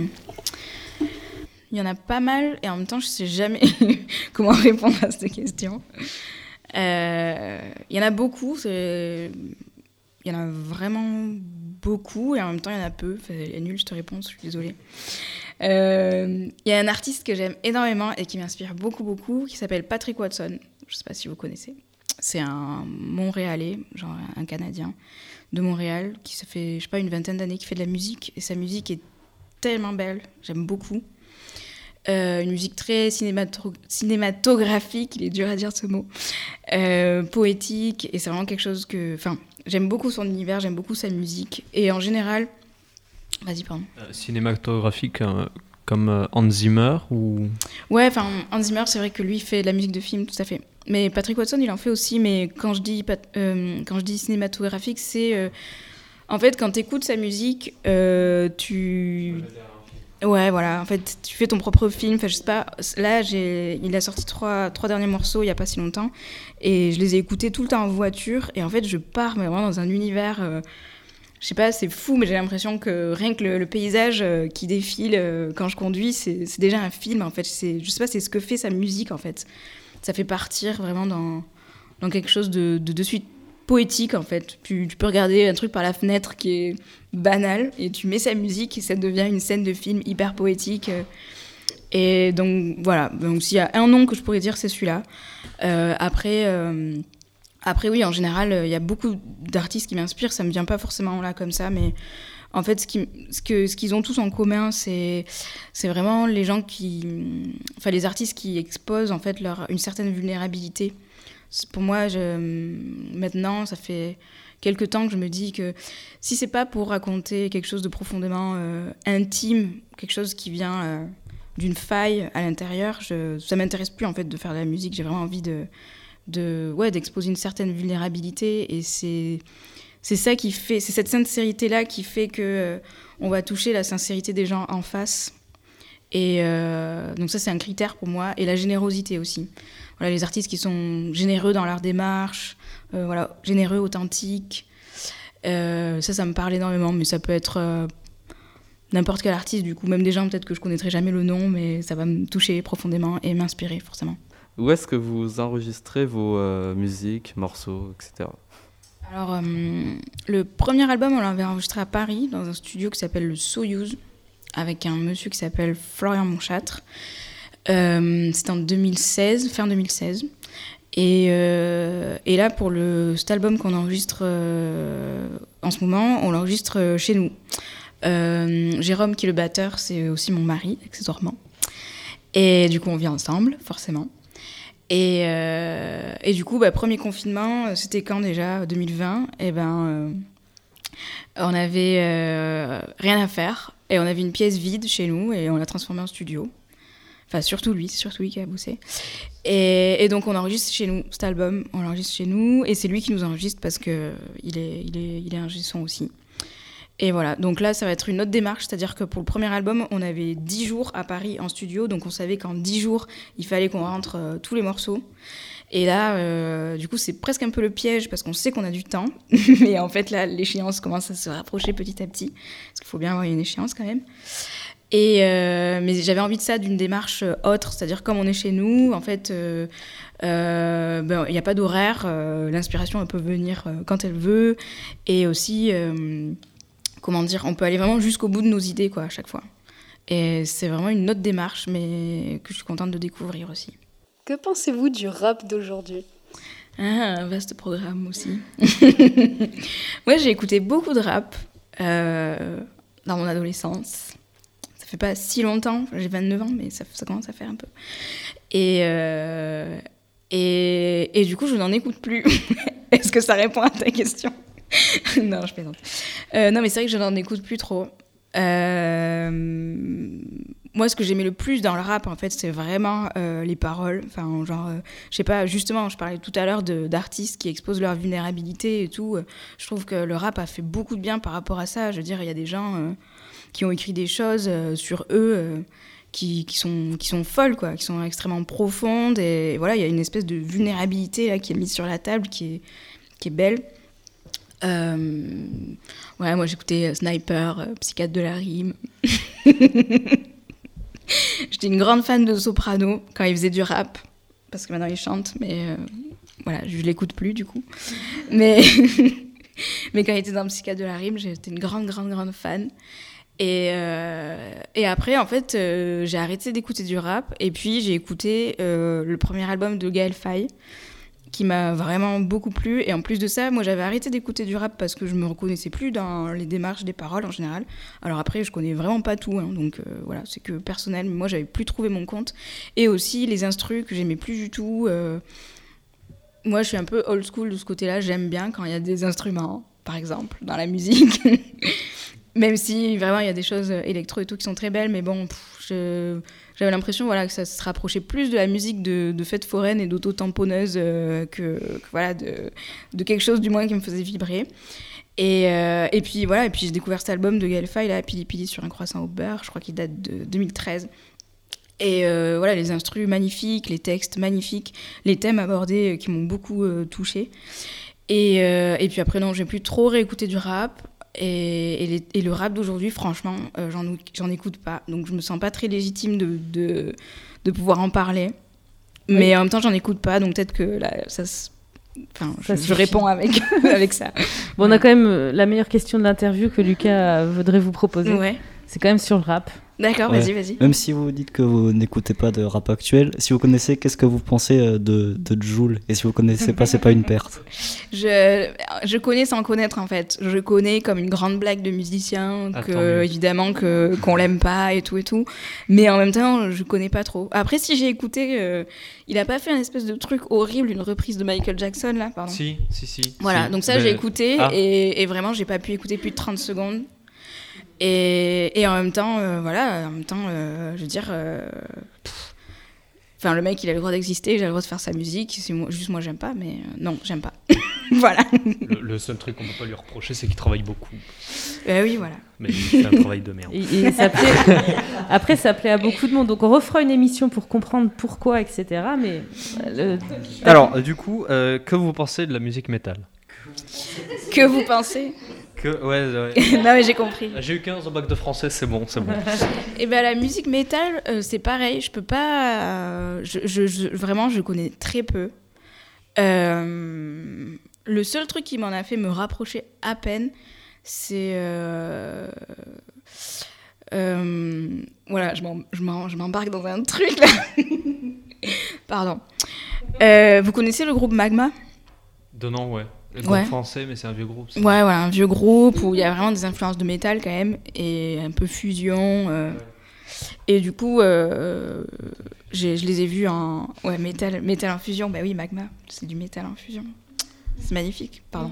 S15: Il y en a pas mal, et en même temps, je ne sais jamais comment répondre à cette question. Il y en a beaucoup. Il y en a vraiment beaucoup, et en même temps, il y en a peu. Elle est nulle, cette réponse, je suis désolée. Il y a un artiste que j'aime énormément et qui m'inspire beaucoup, beaucoup, qui s'appelle Patrick Watson. Je ne sais pas si vous connaissez. C'est un Montréalais, genre un Canadien de Montréal, qui se fait, je sais pas, une vingtaine d'années, qui fait de la musique. Et sa musique est tellement belle, j'aime beaucoup. Une musique très cinématographique, il est dur à dire ce mot, poétique, et c'est vraiment quelque chose que... Enfin, j'aime beaucoup son univers, j'aime beaucoup sa musique. Et en général... Vas-y, pardon.
S9: Cinématographique comme Hans Zimmer ou...
S15: Ouais, enfin, Hans Zimmer, c'est vrai que lui fait de la musique de film, tout à fait. Mais Patrick Watson, il en fait aussi, mais quand je dis cinématographique, c'est... en fait, quand tu écoutes sa musique, Ouais, voilà, en fait, tu fais ton propre film. Enfin, je sais pas, là, il a sorti trois derniers morceaux il y a pas si longtemps, et je les ai écoutés tout le temps en voiture, et en fait, je pars vraiment dans un univers... je sais pas, c'est fou, mais j'ai l'impression que rien que le paysage qui défile quand je conduis, c'est déjà un film, en fait. Je sais pas, c'est ce que fait sa musique, en fait. Ça fait partir vraiment dans quelque chose de suite poétique, en fait. Tu peux regarder un truc par la fenêtre qui est banal, et tu mets sa musique, et ça devient une scène de film hyper poétique. Et donc, voilà. Donc, s'il y a un nom que je pourrais dire, c'est celui-là. Après, oui, en général, il y a beaucoup d'artistes qui m'inspirent. Ça me vient pas forcément là comme ça, mais en fait, ce qu'ils ont tous en commun, c'est vraiment les gens les artistes qui exposent en fait une certaine vulnérabilité. Pour moi, maintenant, ça fait quelques temps que je me dis que si c'est pas pour raconter quelque chose de profondément intime, quelque chose qui vient d'une faille à l'intérieur, ça m'intéresse plus en fait de faire de la musique. J'ai vraiment envie d'exposer une certaine vulnérabilité, et c'est ça qui fait, c'est cette sincérité là qui fait que on va toucher la sincérité des gens en face, et donc ça c'est un critère pour moi, et la générosité aussi. Voilà, les artistes qui sont généreux dans leur démarche, généreux, authentiques, ça me parle énormément, mais ça peut être n'importe quel artiste, du coup, même des gens peut-être que je connaîtrais jamais le nom, mais ça va me toucher profondément et m'inspirer forcément.
S14: Où est-ce que vous enregistrez vos musiques, morceaux, etc.
S15: Alors, le premier album, on l'avait enregistré à Paris, dans un studio qui s'appelle le Soyouz, avec un monsieur qui s'appelle Florian Monchâtre. C'était en 2016, fin 2016. Et là, pour cet album qu'on enregistre en ce moment, on l'enregistre chez nous. Jérôme, qui est le batteur, c'est aussi mon mari, accessoirement. Et du coup, on vit ensemble, forcément. Et du coup, premier confinement, c'était quand déjà, 2020 ? On avait rien à faire, et on avait une pièce vide chez nous, et on l'a transformée en studio. Enfin, surtout lui qui a bossé. Et donc, on enregistre chez nous cet album, on l'enregistre chez nous, et c'est lui qui nous enregistre parce qu'il est ingé son aussi. Et voilà, donc là, ça va être une autre démarche, c'est-à-dire que pour le premier album, on avait 10 jours à Paris en studio, donc on savait qu'en 10 jours, il fallait qu'on rentre tous les morceaux. Et là, du coup, c'est presque un peu le piège, parce qu'on sait qu'on a du temps, mais en fait, là, l'échéance commence à se rapprocher petit à petit, parce qu'il faut bien avoir une échéance quand même. Et mais j'avais envie de ça, d'une démarche autre, c'est-à-dire comme on est chez nous, en fait, il n'y a pas d'horaire, l'inspiration, elle peut venir quand elle veut, et aussi... comment dire, on peut aller vraiment jusqu'au bout de nos idées, quoi, à chaque fois. Et c'est vraiment une autre démarche, mais que je suis contente de découvrir aussi.
S10: Que pensez-vous du rap d'aujourd'hui ?
S15: Un vaste programme aussi. Moi, j'ai écouté beaucoup de rap dans mon adolescence. Ça fait pas si longtemps, j'ai 29 ans, mais ça commence à faire un peu. Et du coup, je n'en écoute plus. Est-ce que ça répond à ta question ? Non, je plaisante. Non, mais c'est vrai que je n'en écoute plus trop. Moi, ce que j'aimais le plus dans le rap, en fait, c'est vraiment les paroles. Enfin, genre, je sais pas, justement, je parlais tout à l'heure d'artistes qui exposent leur vulnérabilité et tout. Je trouve que le rap a fait beaucoup de bien par rapport à ça. Je veux dire, il y a des gens qui ont écrit des choses sur eux qui sont folles, quoi, qui sont extrêmement profondes. Et voilà, il y a une espèce de vulnérabilité là, qui est mise sur la table, qui est belle. Ouais, moi j'écoutais Sniper, Psychiatre de la rime. J'étais une grande fan de Soprano quand il faisait du rap, parce que maintenant il chante, mais voilà, je l'écoute plus du coup. Mais quand il était dans Psychiatre de la rime, j'étais une grande fan. Et après, en fait, j'ai arrêté d'écouter du rap, et puis j'ai écouté le premier album de Gaël Faye, qui m'a vraiment beaucoup plu. Et en plus de ça, moi, j'avais arrêté d'écouter du rap parce que je me reconnaissais plus dans les démarches des paroles en général. Alors après, je connais vraiment pas tout, hein, donc voilà, c'est que personnel. Mais moi, j'avais plus trouvé mon compte. Et aussi les instrus que j'aimais plus du tout. Moi, je suis un peu old school de ce côté-là. J'aime bien quand il y a des instruments, par exemple, dans la musique. Même si vraiment il y a des choses électro et tout qui sont très belles, mais bon, j'avais l'impression voilà, que ça se rapprochait plus de la musique de fête foraine et d'auto-tamponneuse que voilà, de quelque chose du moins qui me faisait vibrer. Et puis voilà, et puis j'ai découvert cet album de Gaël Faye, là, Pili Pili sur un croissant au beurre, je crois qu'il date de 2013. Et voilà, les instrus magnifiques, les textes magnifiques, les thèmes abordés qui m'ont beaucoup touchée. Et puis après, non, j'ai plus trop réécouté du rap. Et le rap d'aujourd'hui, franchement, j'en écoute pas. Donc je me sens pas très légitime de pouvoir en parler. Mais en même temps, j'en écoute pas. Donc peut-être que là, je réponds avec ça.
S1: Bon, on a quand même la meilleure question de l'interview que Lucas voudrait vous proposer.
S15: Ouais.
S1: C'est quand même sur le rap.
S15: D'accord, ouais. Vas-y.
S8: Même si vous dites que vous n'écoutez pas de rap actuel, si vous connaissez, qu'est-ce que vous pensez de Jul ? Et si vous connaissez pas, c'est pas une perte.
S15: Je connais sans connaître, en fait. Je connais comme une grande blague de musicien, évidemment qu'on l'aime pas et tout. Mais en même temps, je connais pas trop. Après, si j'ai écouté, il a pas fait un espèce de truc horrible, une reprise de Michael Jackson, là, pardon.
S9: Si.
S15: Voilà, donc ça, j'ai écouté et vraiment, j'ai pas pu écouter plus de 30 secondes. Et en même temps, je veux dire, le mec, il a le droit d'exister, j'ai le droit de faire sa musique. Juste moi, j'aime pas, mais non, j'aime pas. Voilà.
S11: Le seul truc qu'on peut pas lui reprocher, c'est qu'il travaille beaucoup.
S15: Oui, voilà.
S11: Mais il fait un travail de merde.
S1: Après, ça plaît à beaucoup de monde. Donc, on refera une émission pour comprendre pourquoi, etc. Mais
S9: alors, du coup, que vous pensez de la musique métal ?
S15: Que vous pensez ?
S9: Ouais.
S15: Non, mais j'ai compris.
S9: J'ai eu 15 au bac de français, c'est bon.
S15: Et ben la musique métal, c'est pareil. Je peux pas. Vraiment, je connais très peu. Le seul truc qui m'en a fait me rapprocher à peine, c'est. Voilà, je m'embarque dans un truc là. Pardon. Vous connaissez le groupe Magma ?
S9: De nom, ouais. Le groupe français, mais c'est un vieux groupe.
S15: Ouais, voilà, un vieux groupe où il y a vraiment des influences de métal quand même, et un peu fusion. Et du coup, je les ai vus en métal en fusion. Bah oui, Magma, c'est du métal en fusion. C'est magnifique, pardon.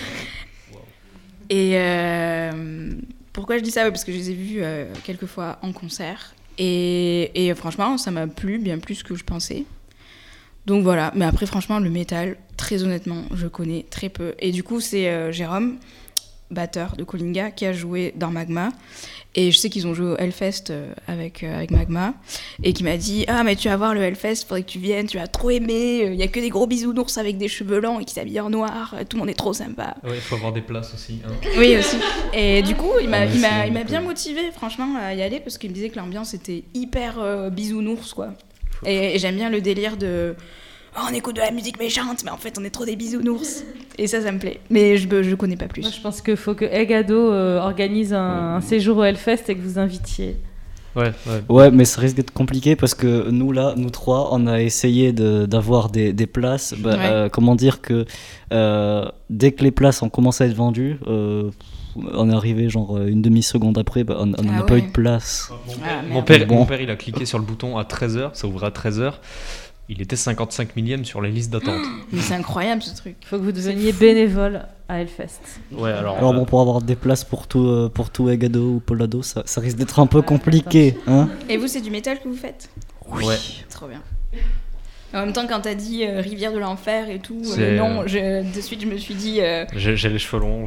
S15: Et pourquoi je dis ça ? Parce que je les ai vus quelques fois en concert. Et franchement, ça m'a plu, bien plus que je pensais. Donc voilà, mais après franchement le métal, très honnêtement, je connais très peu. Et du coup c'est Jérôme batteur de Colinga, qui a joué dans Magma. Et je sais qu'ils ont joué au Hellfest avec Magma. Et qui m'a dit « Ah, mais tu vas voir le Hellfest, faudrait que tu viennes, tu vas trop aimer. Il y a que des gros bisounours avec des cheveux blancs et qui s'habillent en noir. Tout le monde est trop sympa. »
S11: Ouais, il faut avoir des places aussi. Hein.
S15: Oui, aussi. Et du coup, il m'a bien motivée, franchement, à y aller, parce qu'il me disait que l'ambiance était hyper bisounours, quoi. Et j'aime bien le délire de... Oh, on écoute de la musique méchante, mais en fait, on est trop des bisounours. Et ça me plaît. Mais je connais pas plus.
S1: Moi, je pense qu'il faut que Egado organise un séjour au Hellfest et que vous invitiez.
S8: Ouais, mais ça risque d'être compliqué parce que nous trois, on a essayé d'avoir des places. Comment dire que dès que les places ont commencé à être vendues, on est arrivé genre une demi-seconde après, on n'a pas eu de place.
S11: Mon père, il a cliqué sur le bouton à 13h, ça ouvrait à 13h. Il était 55 millième sur les listes d'attente.
S15: Mais c'est incroyable ce truc.
S1: Il faut que vous deveniez bénévole à Hellfest.
S11: Ouais,
S8: alors bon, pour avoir des places pour tout Egado ou Polado, ça risque d'être un peu compliqué. Hein.
S15: Et vous, c'est du métal que vous faites ?
S11: Oui.
S15: Trop bien. En même temps, quand t'as dit Rivière de l'Enfer et tout, de suite je me suis dit...
S11: J'ai les cheveux longs.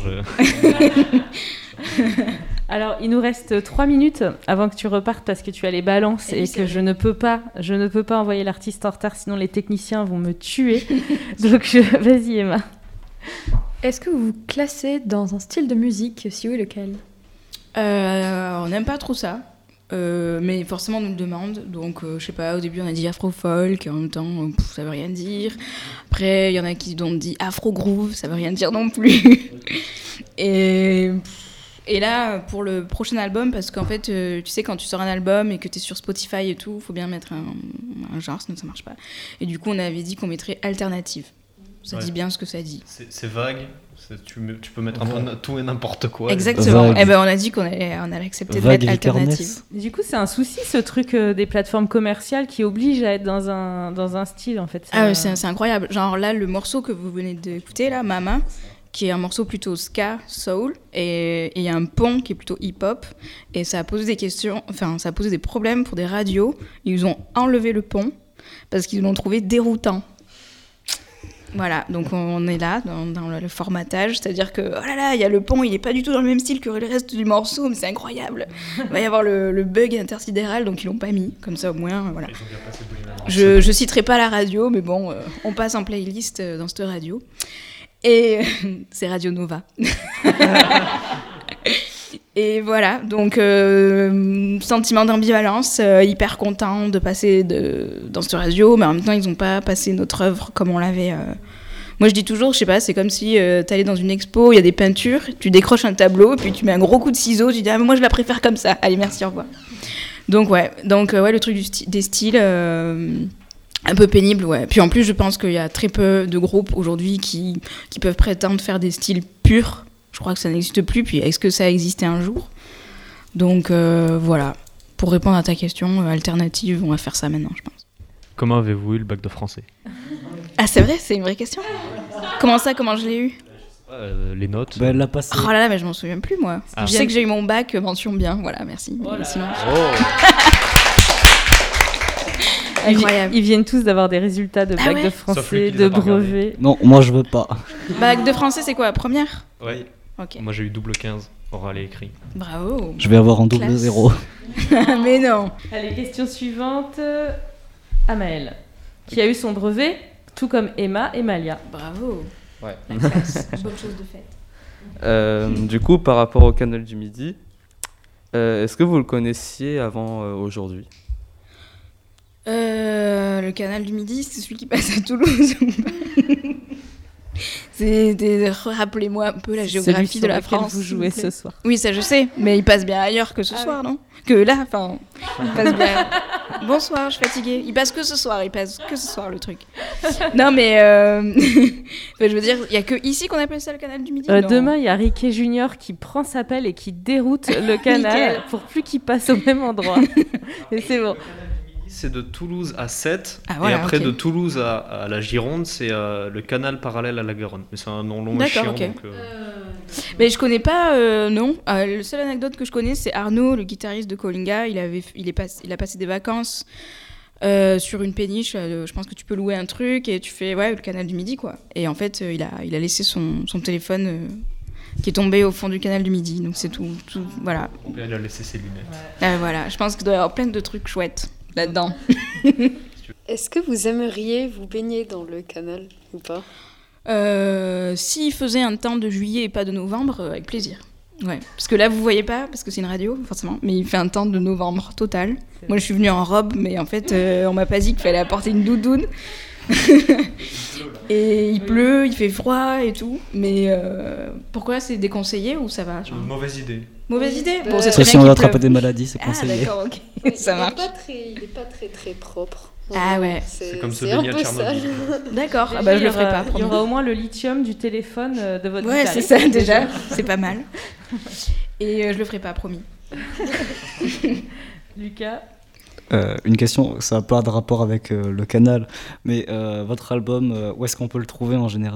S1: Alors, il nous reste 3 minutes avant que tu repartes parce que tu as les balances et que je ne peux pas envoyer l'artiste en retard, sinon les techniciens vont me tuer. Donc, vas-y Emma.
S2: Est-ce que vous vous classez dans un style de musique ? Si oui, lequel ?
S15: On n'aime pas trop ça. Mais forcément on nous le demande, donc je sais pas, au début on a dit afro-folk, en même temps ça veut rien dire. Après il y en a qui ont dit afro-groove, ça veut rien dire non plus. Et là pour le prochain album, parce qu'en fait tu sais quand tu sors un album et que t'es sur Spotify et tout, faut bien mettre un genre, sinon ça marche pas. Et du coup on avait dit qu'on mettrait alternative. Ça dit bien ce que ça dit.
S11: C'est vague. Tu peux mettre un peu tout et n'importe quoi.
S15: Exactement. Et on a dit qu'on allait accepter de mettre alternative.
S1: Du coup, c'est un souci ce truc des plateformes commerciales qui obligent à être dans un style en fait.
S15: C'est incroyable. Genre là, le morceau que vous venez d'écouter là, Mama, qui est un morceau plutôt ska, soul, et il y a un pont qui est plutôt hip-hop, et ça a posé des questions, ça a posé des problèmes pour des radios. Ils ont enlevé le pont parce qu'ils l'ont trouvé déroutant. Voilà, donc on est là dans le formatage, c'est-à-dire que oh là là, il y a le pont, il est pas du tout dans le même style que le reste du morceau, mais c'est incroyable. Il va y avoir le bug intersidéral, donc ils l'ont pas mis, comme ça au moins, voilà. Je citerai pas la radio, mais bon, on passe en playlist dans cette radio. Et c'est Radio Nova. Et voilà, donc sentiment d'ambivalence, hyper content de passer dans cette radio, mais en même temps ils n'ont pas passé notre œuvre comme on l'avait. Moi je dis toujours, je sais pas, c'est comme si t'allais dans une expo, il y a des peintures, tu décroches un tableau, puis tu mets un gros coup de ciseau, tu dis moi je la préfère comme ça, allez merci, au revoir. Donc le truc des styles un peu pénible, ouais. Puis en plus je pense qu'il y a très peu de groupes aujourd'hui qui peuvent prétendre faire des styles purs. Je crois que ça n'existe plus, puis est-ce que ça a existé un jour ? Donc voilà, pour répondre à ta question, alternative, on va faire ça maintenant, je pense.
S11: Comment avez-vous eu le bac de français ?
S15: Ah c'est vrai, c'est une vraie question ? Comment je l'ai eu ?
S11: Les notes.
S8: Elle l'a passé.
S15: Oh là là, mais je m'en souviens plus moi. Je sais que j'ai eu mon bac, mention bien, voilà, merci.
S1: Voilà.
S15: Sinon...
S1: Incroyable. Ils viennent tous d'avoir des résultats de bac de français, de brevet.
S8: Non, moi je veux pas.
S15: Bac de français, c'est quoi, première ?
S11: Oui.
S15: Okay.
S11: Moi j'ai eu double 15, oral et écrit.
S15: Bravo.
S8: Je vais avoir en double 0.
S15: Mais non.
S1: Allez, question suivante. Amaël, qui a eu son brevet, tout comme Emma et Malia.
S15: Bravo.
S14: Ouais.
S15: La classe. Bonne chose de faite.
S14: Du coup, par rapport au canal du Midi, est-ce que vous le connaissiez avant aujourd'hui ?
S15: Le canal du Midi, c'est celui qui passe à Toulouse. Rappelez-moi un peu la géographie de la France.
S1: Vous jouez ce soir.
S15: Oui, ça je sais, mais il passe bien ailleurs que ce soir, non ? Que là, enfin, il passe bien. Bonsoir, je suis fatiguée. Il passe que ce soir le truc. Non, mais je veux dire, il y a que ici qu'on appelle ça le canal du Midi.
S1: Demain, il y a Riquet Junior qui prend sa pelle et qui déroute le canal pour plus qu'il passe au même endroit. Et c'est bon.
S11: C'est de Toulouse à Sète,
S15: voilà,
S11: et après de Toulouse à la Gironde, c'est le canal parallèle à la Garonne. Mais c'est un nom long et chiant.
S15: Okay.
S11: Donc,
S15: Mais je connais pas, non. La seule anecdote que je connais, c'est Arnaud, le guitariste de Colinga. Il a passé des vacances sur une péniche. Je pense que tu peux louer un truc et tu fais le canal du Midi, quoi. Et en fait, il a laissé son téléphone qui est tombé au fond du canal du Midi. Donc c'est tout voilà.
S11: Elle a laissé ses lunettes.
S15: Voilà, je pense qu'il doit y avoir plein de trucs chouettes là-dedans.
S10: Est-ce que vous aimeriez vous baigner dans le canal ou pas ?
S15: S'il faisait un temps de juillet et pas de novembre, avec plaisir. Ouais, parce que là vous voyez pas, parce que c'est une radio forcément, mais il fait un temps de novembre total. Moi je suis venue en robe, mais en fait on m'a pas dit qu'il fallait apporter une doudoune. Et il pleut, il fait froid et tout, mais pourquoi c'est déconseillé ou ça va?
S11: Une mauvaise idée.
S15: Mauvaise idée.
S8: Bon, c'est très bien. Si on veut attraper des maladies, c'est conseillé.
S15: Ah d'accord, ok, ça marche.
S10: Il est pas très propre.
S15: Ah ouais.
S11: C'est comme se baigner à Tchernobyl.
S15: D'accord. Ah bah je le ferai pas.
S1: Il y aura au moins le lithium du téléphone de votre.
S15: Ouais, c'est ça déjà. C'est pas mal. Et je le ferai pas, promis.
S1: Lucas.
S8: Une question, ça n'a pas de rapport avec le canal, mais votre album, où est-ce qu'on peut le trouver en général ?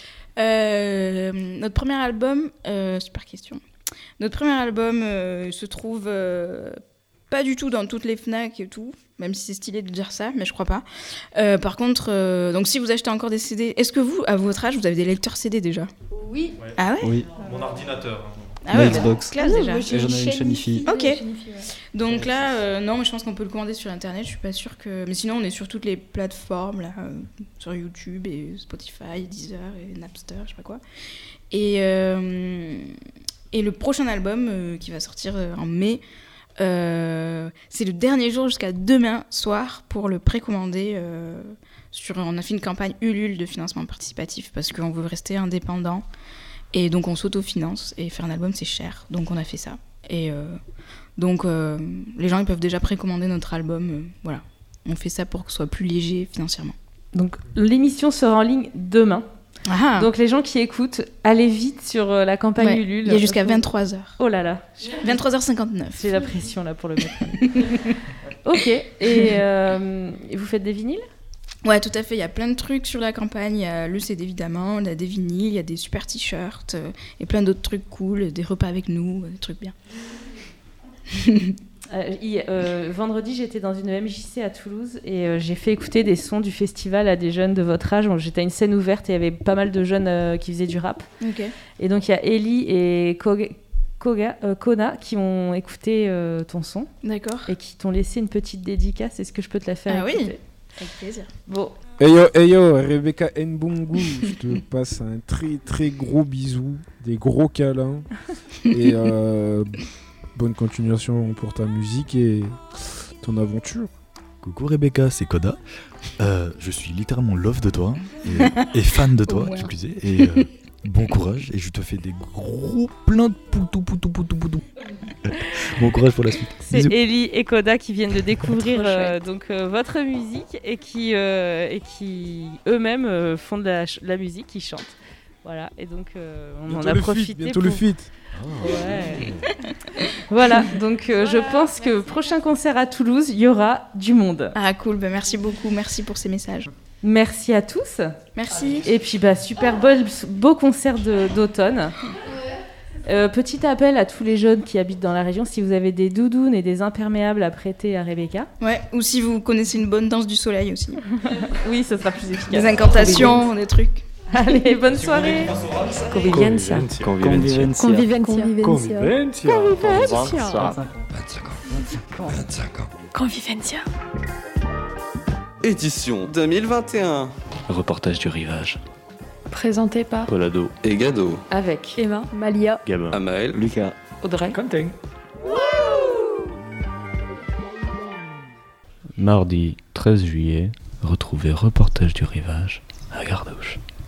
S15: Notre premier album, super question. Notre premier album se trouve pas du tout dans toutes les Fnac et tout, même si c'est stylé de dire ça, mais je crois pas. Par contre, donc si vous achetez encore des CD, est-ce que vous, à votre âge, vous avez des lecteurs CD déjà ?
S10: Oui.
S15: Ah ouais ?
S8: Oui.
S11: Mon ordinateur.
S15: Ah ouais,
S8: Xbox.
S15: Classe déjà.
S8: Et j'en ai une chaîne IFI.
S15: Ok. Donc là, non, mais je pense qu'on peut le commander sur Internet. Je suis pas sûre que. Mais sinon, on est sur toutes les plateformes là, sur YouTube et Spotify, Deezer et Napster, je sais pas quoi. Et le prochain album qui va sortir en mai, c'est le dernier jour jusqu'à demain soir pour le précommander. On a fait une campagne Ulule de financement participatif parce qu'on veut rester indépendant. Et donc on s'autofinance et faire un album c'est cher, donc on a fait ça. Et donc les gens ils peuvent déjà précommander notre album, voilà. On fait ça pour que ce soit plus léger financièrement.
S1: Donc l'émission sera en ligne demain.
S15: Ah.
S1: Donc les gens qui écoutent, allez vite sur la campagne Ulule.
S15: Il y a jusqu'à 23h.
S1: Oh là là.
S15: 23h59.
S1: J'ai la pression là pour le mettre. Ok. Et vous faites des vinyles ?
S15: Ouais, tout à fait. Il y a plein de trucs sur la campagne. Il y a le CD évidemment, il y a des vinyles, il y a des super t-shirts et plein d'autres trucs cool, des repas avec nous, des trucs bien.
S1: Vendredi, j'étais dans une MJC à Toulouse et j'ai fait écouter des sons du festival à des jeunes de votre âge. J'étais à une scène ouverte et il y avait pas mal de jeunes qui faisaient du rap.
S15: Okay.
S1: Et donc il y a Ellie et Kona qui ont écouté ton son.
S15: D'accord.
S1: Et qui t'ont laissé une petite dédicace. Est-ce que je peux te la faire écouter ?
S15: Oui. Avec plaisir.
S1: Bon.
S16: Hey yo, Rebecca Nbungu, je te passe un très très gros bisou, des gros câlins et bonne continuation pour ta musique et ton aventure.
S17: Coucou Rebecca, c'est Koda. Je suis littéralement love de toi et fan de toi, qui plus est. Et bon courage et je te fais des gros plein de poutou. Bon courage pour la suite.
S1: C'est
S17: Bisous.
S1: Ellie et Koda qui viennent de découvrir votre musique et qui eux-mêmes font de la musique, qui chantent. Voilà, et donc on
S16: bientôt
S1: en a profité.
S16: Bientôt le feat.
S1: Ouais. Voilà, donc je pense que prochain concert à Toulouse, il y aura du monde.
S15: Ah cool, merci beaucoup, merci pour ces messages.
S1: Merci à tous.
S15: Merci.
S1: Et puis super beau concert d'automne. Petit appel à tous les jeunes qui habitent dans la région, si vous avez des doudounes et des imperméables à prêter à Rebecca.
S15: Ouais, ou si vous connaissez une bonne danse du soleil aussi.
S1: Oui, ce sera plus efficace.
S15: Des incantations, des trucs.
S1: Allez, bonne soirée.
S10: Convivencia.
S3: Convivencia. Édition 2021.
S4: Reportage du rivage.
S13: Présenté par
S14: Polado
S3: et Gado.
S13: Avec Emma, Malia,
S14: Gamin,
S3: Amael,
S8: Lucas,
S13: Audrey,
S11: Quentin.
S14: Mardi 13 juillet, retrouvez Reportage du rivage à Gardouche.